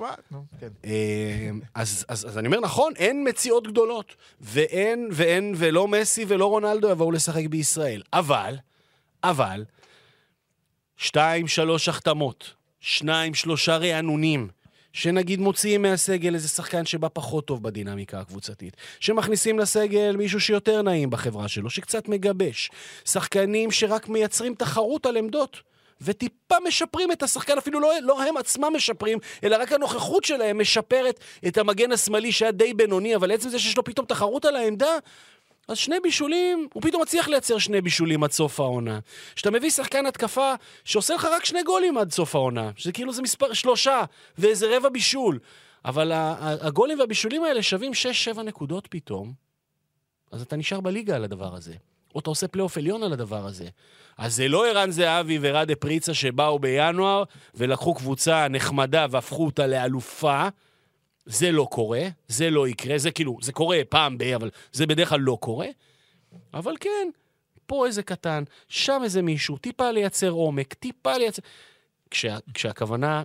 C: אז אני אומר, נכון, אין מציאות גדולות, ואין, ואין, ולא מסי ולא רונלדו יבואו לשחק בישראל. אבל, אבל, שתיים, שלוש החתמות, שניים, שלושה רענונים, שנגיד מוציאים מהסגל איזה שחקן שבא פחות טוב בדינמיקה הקבוצתית, שמכניסים לסגל מישהו שיותר נעים בחברה שלו, שקצת מגבש, שחקנים שרק מייצרים תחרות על עמדות, וטיפה משפרים את השחקן, אפילו לא, לא הם עצמם משפרים, אלא רק הנוכחות שלהם משפרת את המגן השמאלי שהיה די בינוני, אבל עצם זה שיש לו פתאום תחרות על העמדה, אז שני בישולים, הוא פתאום מצליח לייצר שני בישולים עד סוף העונה. שאתה מביא שחקן התקפה שעושה לך רק שני גולים עד סוף העונה, שזה כאילו זה מספר שלושה, ואיזה רבע בישול. אבל הגולים והבישולים האלה שווים שש שבע נקודות פתאום, אז אתה נשאר בליגה על הדבר הזה. או אתה עושה פלייאוף עליון על הדבר הזה. אז זה לא ערן זהבי ורדה פריצה שבאו בינואר, ולקחו קבוצה נחמדה והפכו אותה לאלופה. זה לא קורה, זה לא יקרה, זה כאילו, זה קורה פעם ב, אבל זה בדרך כלל לא קורה. אבל כן, פה איזה קטן, שם איזה מישהו, טיפה לייצר עומק, טיפה לייצר... כשה, כשהכוונה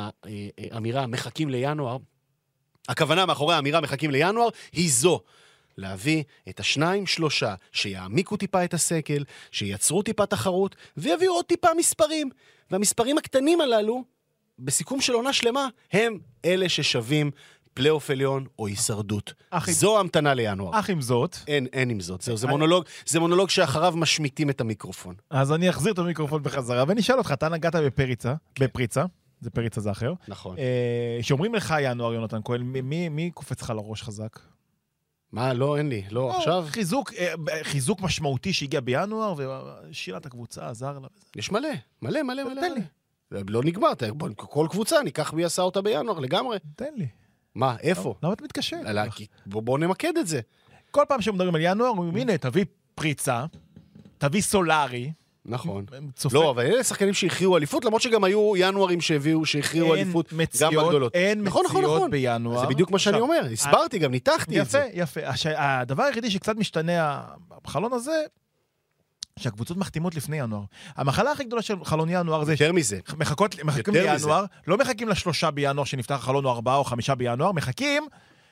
C: באמירה מחכים לינואר, הכוונה מאחורי האמירה מחכים לינואר, היא זו. להביא את השניים, שלושה, שיעמיקו טיפה את הסקל, שייצרו טיפה תחרות, ויביאו עוד טיפה מספרים. והמספרים הקטנים הללו, בסיכום של עונה שלמה, הם אלה ששווים פלייאוף עליון או הישרדות. זו המתנה לינואר.
D: אך עם זאת...
C: אין, אין עם זאת. זה מונולוג, זה מונולוג שאחריו משמיטים את המיקרופון.
D: אז אני אחזיר את המיקרופון בחזרה, ואני אשאל אותך, אתה נגעת בפריצה, בפריצה, זה פריצה זה אחר.
C: נכון.
D: שאומרים לך ינואר, יונתן כהן, מי, מי קופץ לך לראש חזק?
C: מה, לא, אין לי, לא, עכשיו...
D: חיזוק, חיזוק משמעותי שהגיע בינואר, ושילה את הקבוצה, עזר לה.
C: יש מלא, מלא, מלא, מלא.
D: תן לי.
C: לא נגמר, כל קבוצה, ניקח מי עשה אותה בינואר, לגמרי.
D: תן לי.
C: מה, איפה?
D: למה אתה מתקשר?
C: בוא נמקד את זה.
D: כל פעם שמדברים על ינואר, אומרים, הנה, תביא פריצה, תביא סולארי.
C: נכון. לא, אבל אלה שחקנים שהכריעו אליפות, למרות שגם היו ינוארים שהביאו, שהכריעו אליפות גם בגדולות.
D: אין מציאות בינואר.
C: זה בדיוק מה שאני אומר, הסברתי גם, ניתחתי את זה.
D: יפה, יפה. הדבר היחידי שקצת משתנה בחלון הזה, שהקבוצות מחתימות לפני ינואר. המחלה הכי גדולה של חלון ינואר זה...
C: יותר מזה.
D: מחכים לינואר, לא מחכים לשלושה בינואר שנפתח החלון או ארבעה או חמישה בינואר, מחכים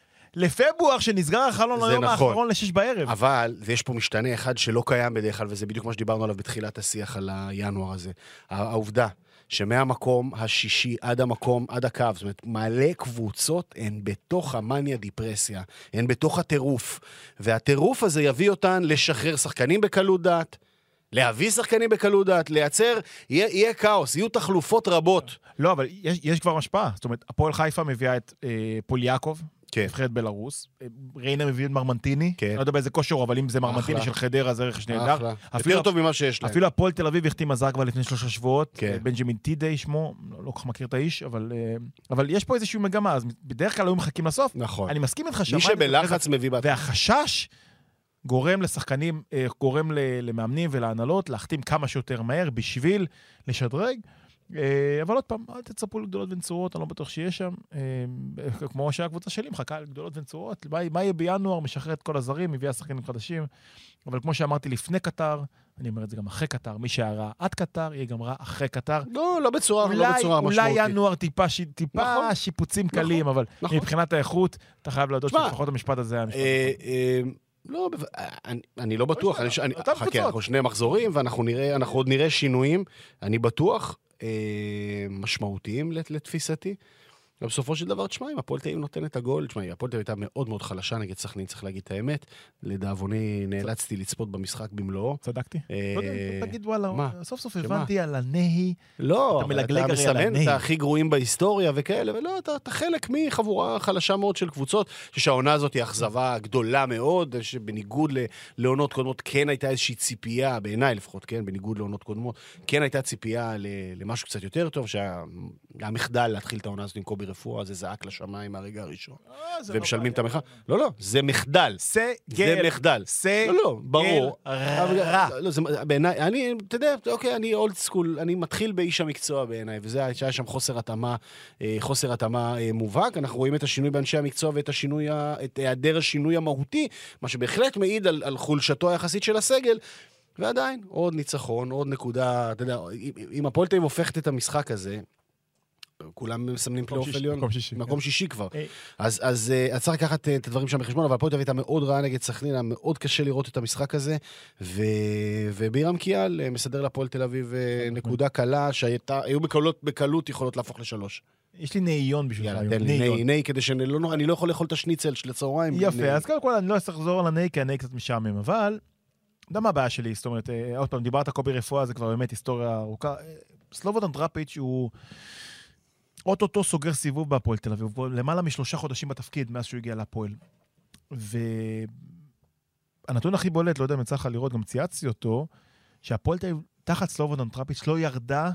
D: לפברואר שנסגר החלון היום האחרון לשש בערב.
C: אבל, ויש פה משתנה אחד שלא קיים בדרך כלל, וזה בדיוק מה שדיברנו עליו בתחילת השיח על הינואר הזה. העובדה שמהמקום השישי עד המקום, עד הקו, זאת אומרת, מלא קבוצות הן בתוך המניה דיפרסיה, הן בתוך הטירוף, והטירוף הזה יביא אותן לשחרר שחקנים בקלות דעת, להביא שחקנים בקלות דעת, לייצר, יהיה, יהיה כאוס, יהיו תחלופות רבות.
D: לא, אבל יש, יש כבר משפעה. זאת אומרת, הפועל חיפה מביאה את אה, פול יעקב,
C: כן.
D: נבחרת בלרוס. ריינה מביא את מרמנטיני.
C: כן.
D: לא יודע באיזה כושר, אבל אם זה מרמנטיני של חדרה, זה רכש נהדר.
C: יותר טוב ממה שיש להם.
D: אפילו הפועל תל אביב החתים הזר כבר לפני שלושה שבועות.
C: כן.
D: בנג'מין טידי שמו, לא, לא כל כך מכיר את האיש, אבל, אבל יש פה איזושהי מגמה. אז בדרך כלל היו מחכים לסוף.
C: נכון.
D: אני מסכים איתך.
C: מי שבלחץ מביא בהתחלה.
D: והחשש גורם לשחקנים, גורם למאמנים ולהנהלות להחתים כמה שיותר מהר בשביל לשדרג. אבל עוד פעם, אל תצפו לגדולות ונצורות, אני לא בטוח שיש שם. כמו שהקבוצה שלי מחכה לגדולות ונצורות. מה יהיה בינואר? משחרר את כל הזרים, מביאה שחקנים חדשים. אבל כמו שאמרתי לפני קטר, אני אומר את זה גם אחרי קטר, מי שהיה עד קטר, יהיה גם רע אחרי קטר.
C: לא, לא בצורה, לא בצורה משמעותית.
D: אולי ינואר טיפה, טיפה שיפוצים קלים, אבל מבחינת האיכות, אתה חייב להודות שלפחות המשפט הזה היה המשפט.
C: לא, אני לא בטוח. חכה, אנחנו שני מחזורים, ואנחנו עוד נראה שינויים. אני בטוח. משמעותיים לתפיסתי. ובסופו של דבר, תשמע, אם הפועל תל אביב נותן את הגול, תשמע, הפועל תל אביב הייתה מאוד מאוד חלשה נגד סכנין, צריך להגיד את האמת. לדאבוני נאלצתי לצפות במשחק במלואו.
D: צדקתי? תגיד וואלה, סוף סוף הבנתי על הנהי.
C: לא, אתה מסמן את הכי גרועים בהיסטוריה וכאלה, ולא, אתה חלק מחבורה חלשה מאוד של קבוצות, שהעונה הזאת היא אכזבה גדולה מאוד, שבניגוד לעונות קודמות, כן הייתה איזושהי ציפייה, בעיניי לפחות, כן, בניגוד לעונות קודמות, כן הייתה ציפייה למשהו קצת יותר טוב, שהמחדל להתחיל את העונה הזאת עם קובי רפואה, זה זעק לשמיים מהרגע הראשון. ומשלמים את המחדל. לא, לא, זה מחדל.
D: זה
C: מחדל.
D: זה
C: לא, לא, ברור. רע. בעיניי, אני, אתה יודע, אוקיי, אני אולד סקול, אני מתחיל באיש המקצוע בעיניי, וזה היה שם חוסר התאמה, חוסר התאמה מובהק. אנחנו רואים את השינוי באנשי המקצוע ואת השינוי, את היעדר השינוי המהותי, מה שבהחלט מעיד על, על חולשתו היחסית של הסגל, ועדיין, עוד ניצחון, עוד נקודה, אתה יודע, אם הפועל תל אביב הופכת את המשחק הזה, כולם מסמנים פלייאוף עליון.
D: מקום שישי.
C: מקום שישי כבר. אז, אז uh, צריך לקחת את הדברים שם בחשבון, אבל הפועל תל אביב הייתה מאוד רעה נגד סכנין, היה מאוד קשה לראות את המשחק הזה, ו... ובירם קיאל מסדר לפועל תל אביב נקודה קלה, שהיו בקלות, בקלות יכולות להפוך לשלוש.
D: יש לי נאיון בשבילך היום.
C: תן לי נאי, נאי, כדי שאני לא, אני לא יכול לאכול את השניצל של הצהריים.
D: יפה, אז קודם כל אני לא אסחזור על הנאי, כי הנאי קצת משעמם, אבל... אתה יודע מה הבעיה שלי? זאת אומרת, עוד פעם, דיברת קובי רפואה, זה כבר באמת היסטוריה ארוכה. סלובודן דראפיץ' הוא אוטוטו סוגר סיבוב בהפועל תל אביב, למעלה משלושה חודשים בתפקיד מאז שהוא הגיע להפועל. והנתון הכי בולט, לא יודע אם יצא לך לראות, גם צייצתי אותו, שהפועל תל אביב תחת סלובודן דראפיץ' לא ירדה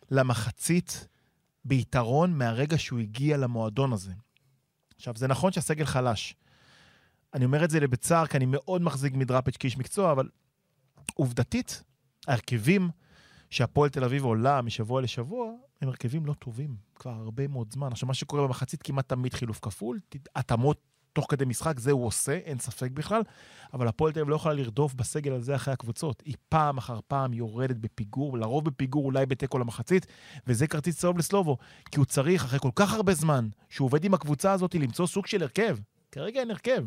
D: למחצית ביתרון מהרגע שהוא הגיע למועדון הזה. עכשיו, זה נכון שהסגל חלש. אני אומר את זה לבצער, כי אני מאוד מחזיק מדראפיץ' כאיש מקצוע, אבל עובדתית, ההרכבים שהפועל תל אביב עולה משבוע לשבוע, הם הרכבים לא טובים, כבר הרבה מאוד זמן. עכשיו, מה שקורה במחצית כמעט תמיד חילוף כפול, התאמות תוך כדי משחק, זה הוא עושה, אין ספק בכלל, אבל הפועל תל אביב לא יכולה לרדוף בסגל הזה אחרי הקבוצות. היא פעם אחר פעם יורדת בפיגור, לרוב בפיגור אולי בתיקו למחצית, וזה כרטיס צהוב לסלובו, כי הוא צריך אחרי כל כך הרבה זמן, שהוא עובד עם הקבוצה הזאת למצוא סוג של הרכב. כרגע אין הרכב.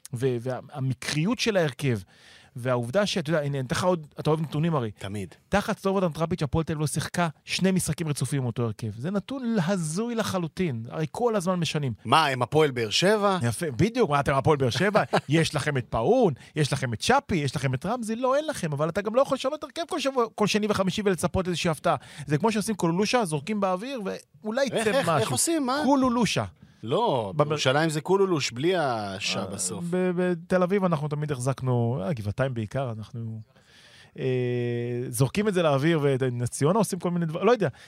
D: והמקריות של ההרכב, והעובדה שאתה יודע, הנה, נתך עוד, אתה אוהב נתונים הרי.
C: תמיד.
D: תחת סלובודן דראפיץ' הפועל תל אביב לא שיחקה שני משחקים רצופים מאותו הרכב. זה נתון הזוי לחלוטין. הרי כל הזמן משנים.
C: מה, הם הפועל באר שבע?
D: יפה, בדיוק. מה, אתם הפועל באר שבע? יש לכם את פאון, יש לכם את צ'אפי, יש לכם את רמזי, לא, אין לכם, אבל אתה גם לא יכול לשנות הרכב כל שבוע, כל שני וחמישי ולצפות איזושהי הפתעה. זה כמו שעושים קולולושה, זורקים באוויר, ואולי יצא משהו.
C: איך עושים, מה?
D: קולולושה.
C: לא, בירושלים זה קולולוש, בלי השעה בסוף.
D: בתל אביב אנחנו תמיד החזקנו, גבעתיים בעיקר, אנחנו זורקים את זה לאוויר, ונציונה עושים כל מיני דברים, לא יודע.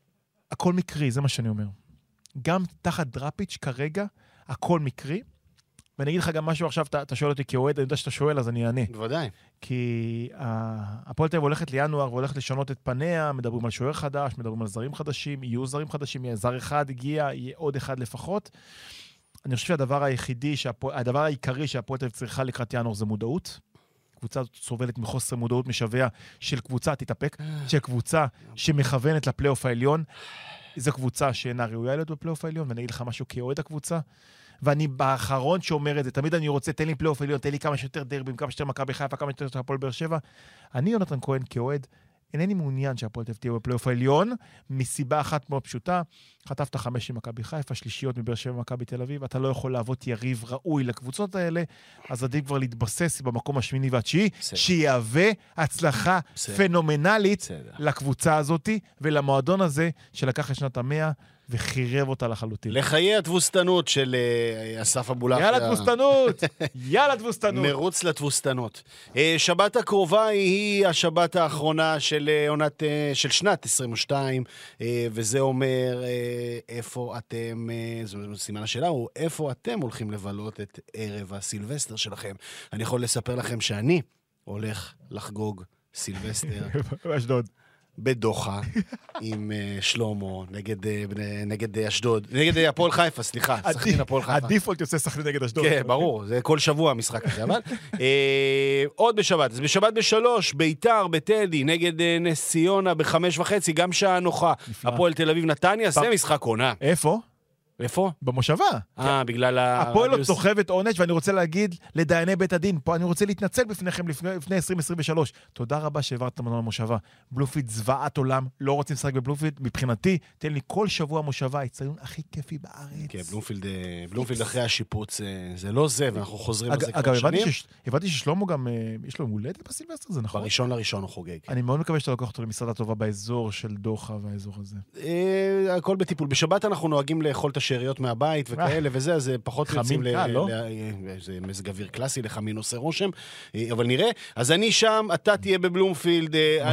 D: הכל מקרי, זה מה שאני אומר. גם תחת דראפיץ' כרגע, הכל מקרי, ואני אגיד לך גם משהו עכשיו, אתה שואל אותי כאוהד, אני יודע שאתה שואל, אז אני אענה.
C: בוודאי.
D: כי הפועל תל אביב הולכת לינואר, והולכת לשנות את פניה, מדברים על שוער חדש, מדברים על זרים חדשים, יהיו זרים חדשים, יהיה זר אחד הגיע, יהיה עוד אחד לפחות. אני חושב שהדבר היחידי, הדבר העיקרי שהפועל תל אביב צריכה לקראת ינואר זה מודעות. קבוצה סובלת מחוסר מודעות משווע של קבוצה, תתאפק, של קבוצה שמכוונת לפלייאוף העליון. זו קבוצה שאינה ראויה להיות בפלייאוף העליון, ואני אגיד לך משהו כאוהד הקבוצה. ואני באחרון שאומר את זה, תמיד אני רוצה, תן לי פלייאוף עליון, תן לי כמה שיותר דרבים, כמה שיותר מכבי חיפה, כמה שיותר הפועל באר שבע. אני, יונתן כהן, כאוהד, אינני מעוניין שהפועל תל אביב תהיה בפלייאוף העליון, מסיבה אחת מאוד פשוטה, חטפת חמש עם מכבי חיפה, שלישיות מבאר שבע ומכבי תל אביב, אתה לא יכול לעבוד יריב ראוי לקבוצות האלה, אז עדיף כבר להתבסס במקום השמיני והתשיעי, שיהווה הצלחה פנומנלית לקבוצה הזאת ולמועדון הזה שלקח את שנת המאה, וחירב אותה לחלוטין.
C: לחיי התבוסתנות של uh, אסף אבולעפיה.
D: יאללה תבוסתנות! יאללה תבוסתנות!
C: מרוץ לתבוסתנות. Uh, שבת הקרובה היא השבת האחרונה של uh, עונת, uh, של שנת עשרים ושתיים, uh, וזה אומר uh, איפה אתם, uh, זו סימן השאלה, הוא איפה אתם הולכים לבלות את ערב הסילבסטר שלכם. אני יכול לספר לכם שאני הולך לחגוג סילבסטר.
D: באשדוד.
C: בדוחה, עם שלמה, נגד אשדוד, נגד הפועל חיפה, סליחה, סכנין הפועל חיפה.
D: הדיפולט יוצא סכנין נגד אשדוד.
C: כן, ברור, זה כל שבוע המשחק הזה, אבל עוד בשבת, אז בשבת בשלוש, ביתר, בטדי, נגד נס ציונה, בחמש וחצי, גם שעה נוחה, הפועל תל אביב נתניה, זה משחק עונה.
D: איפה?
C: איפה?
D: במושבה.
C: אה, בגלל ה...
D: הפועל לא סוחבת עונש, ואני רוצה להגיד לדייני בית הדין, פה אני רוצה להתנצל בפניכם לפני עשרים עשרים ושלוש. תודה רבה שהעברתם לנו למושבה. בלומפילד זוועת עולם, לא רוצים לשחק בבלומפילד. מבחינתי, תן לי כל שבוע מושבה, הציון הכי כיפי בארץ. כן,
C: בלומפילד אחרי השיפוץ, זה לא זה, ואנחנו חוזרים לזה כבר שנים.
D: אגב, הבנתי ששלמה גם, יש לו הולדת בסילבסטר, זה נכון?
C: בראשון לראשון הוא חוגג.
D: אני מאוד מקווה שאתה לוקח אותו למסעדה טובה באזור של דוחה והאזור הזה.
C: הכל בטיפול. בשבת אנחנו נוהגים לאכול את השאריות מהבית וכאלה וזה, אז פחות יוצאים זה מזג אוויר קלאסי, לחמין עושה רושם, אבל נראה. אז אני שם, אתה תהיה בבלומפילד,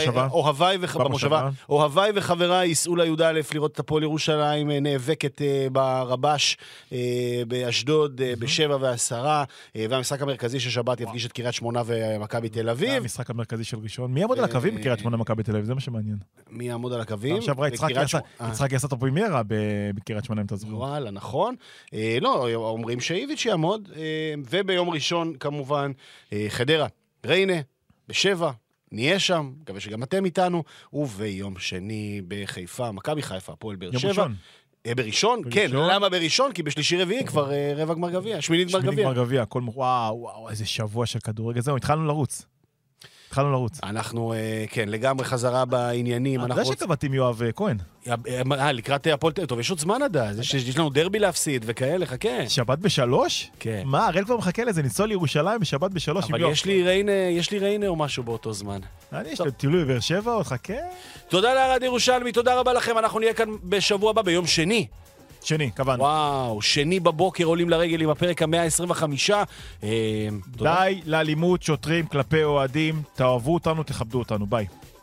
C: אוהביי וחבריי ייסעו לי"א לראות את הפועל ירושלים נאבקת ברבש באשדוד בשבע ועשרה, והמשחק המרכזי של שבת יפגיש את קריית שמונה ומכבי תל אביב.
D: המשחק המרכזי של ראשון. מי יעמוד על הקווים בקריית שמונה ומכבי תל אביב? זה מה שמעניין.
C: מי יעמוד על הקווים?
D: עכשיו ראה, יצחק יעשה את הפרימיירה בקריית שמונה, אם אתה זוכר.
C: וואלה, נכון. לא, אומרים שאיביץ' יעמוד, וביום ראשון כמובן חדרה, ריינה, בשבע, נהיה שם, מקווה שגם אתם איתנו, וביום שני בחיפה, מכבי חיפה, הפועל באר שבע. יום ראשון. בראשון? כן, למה בראשון? כי בשלישי רביעי כבר רבע גמר גביע, שמינית גמר גביע.
D: שמינית גמר גביע, וואו, וואו, איזה שבוע של כדורגל, זהו, התחלנו לרוץ. התחלנו לרוץ.
C: אנחנו, כן, לגמרי חזרה בעניינים.
D: אתה יודע שקבעתי עם יואב כהן.
C: אה, לקראת הפועל תל אביב. טוב, יש עוד זמן עד אז. יש לנו דרבי להפסיד וכאלה, חכה.
D: שבת בשלוש?
C: כן.
D: מה, הראל כבר מחכה לזה, ניסוע לירושלים בשבת בשלוש עם יואב.
C: אבל יש לי ריינה, יש לי ריינה או משהו באותו זמן.
D: אני, יש לי טיול בבאר שבע, עוד חכה.
C: תודה לארד ירושלמי, תודה רבה לכם. אנחנו נהיה כאן בשבוע הבא, ביום שני.
D: שני, קבענו.
C: וואו, שני בבוקר עולים לרגל עם הפרק ה-מאה עשרים וחמש.
D: די לאלימות שוטרים כלפי אוהדים, תאהבו אותנו, תכבדו אותנו, ביי.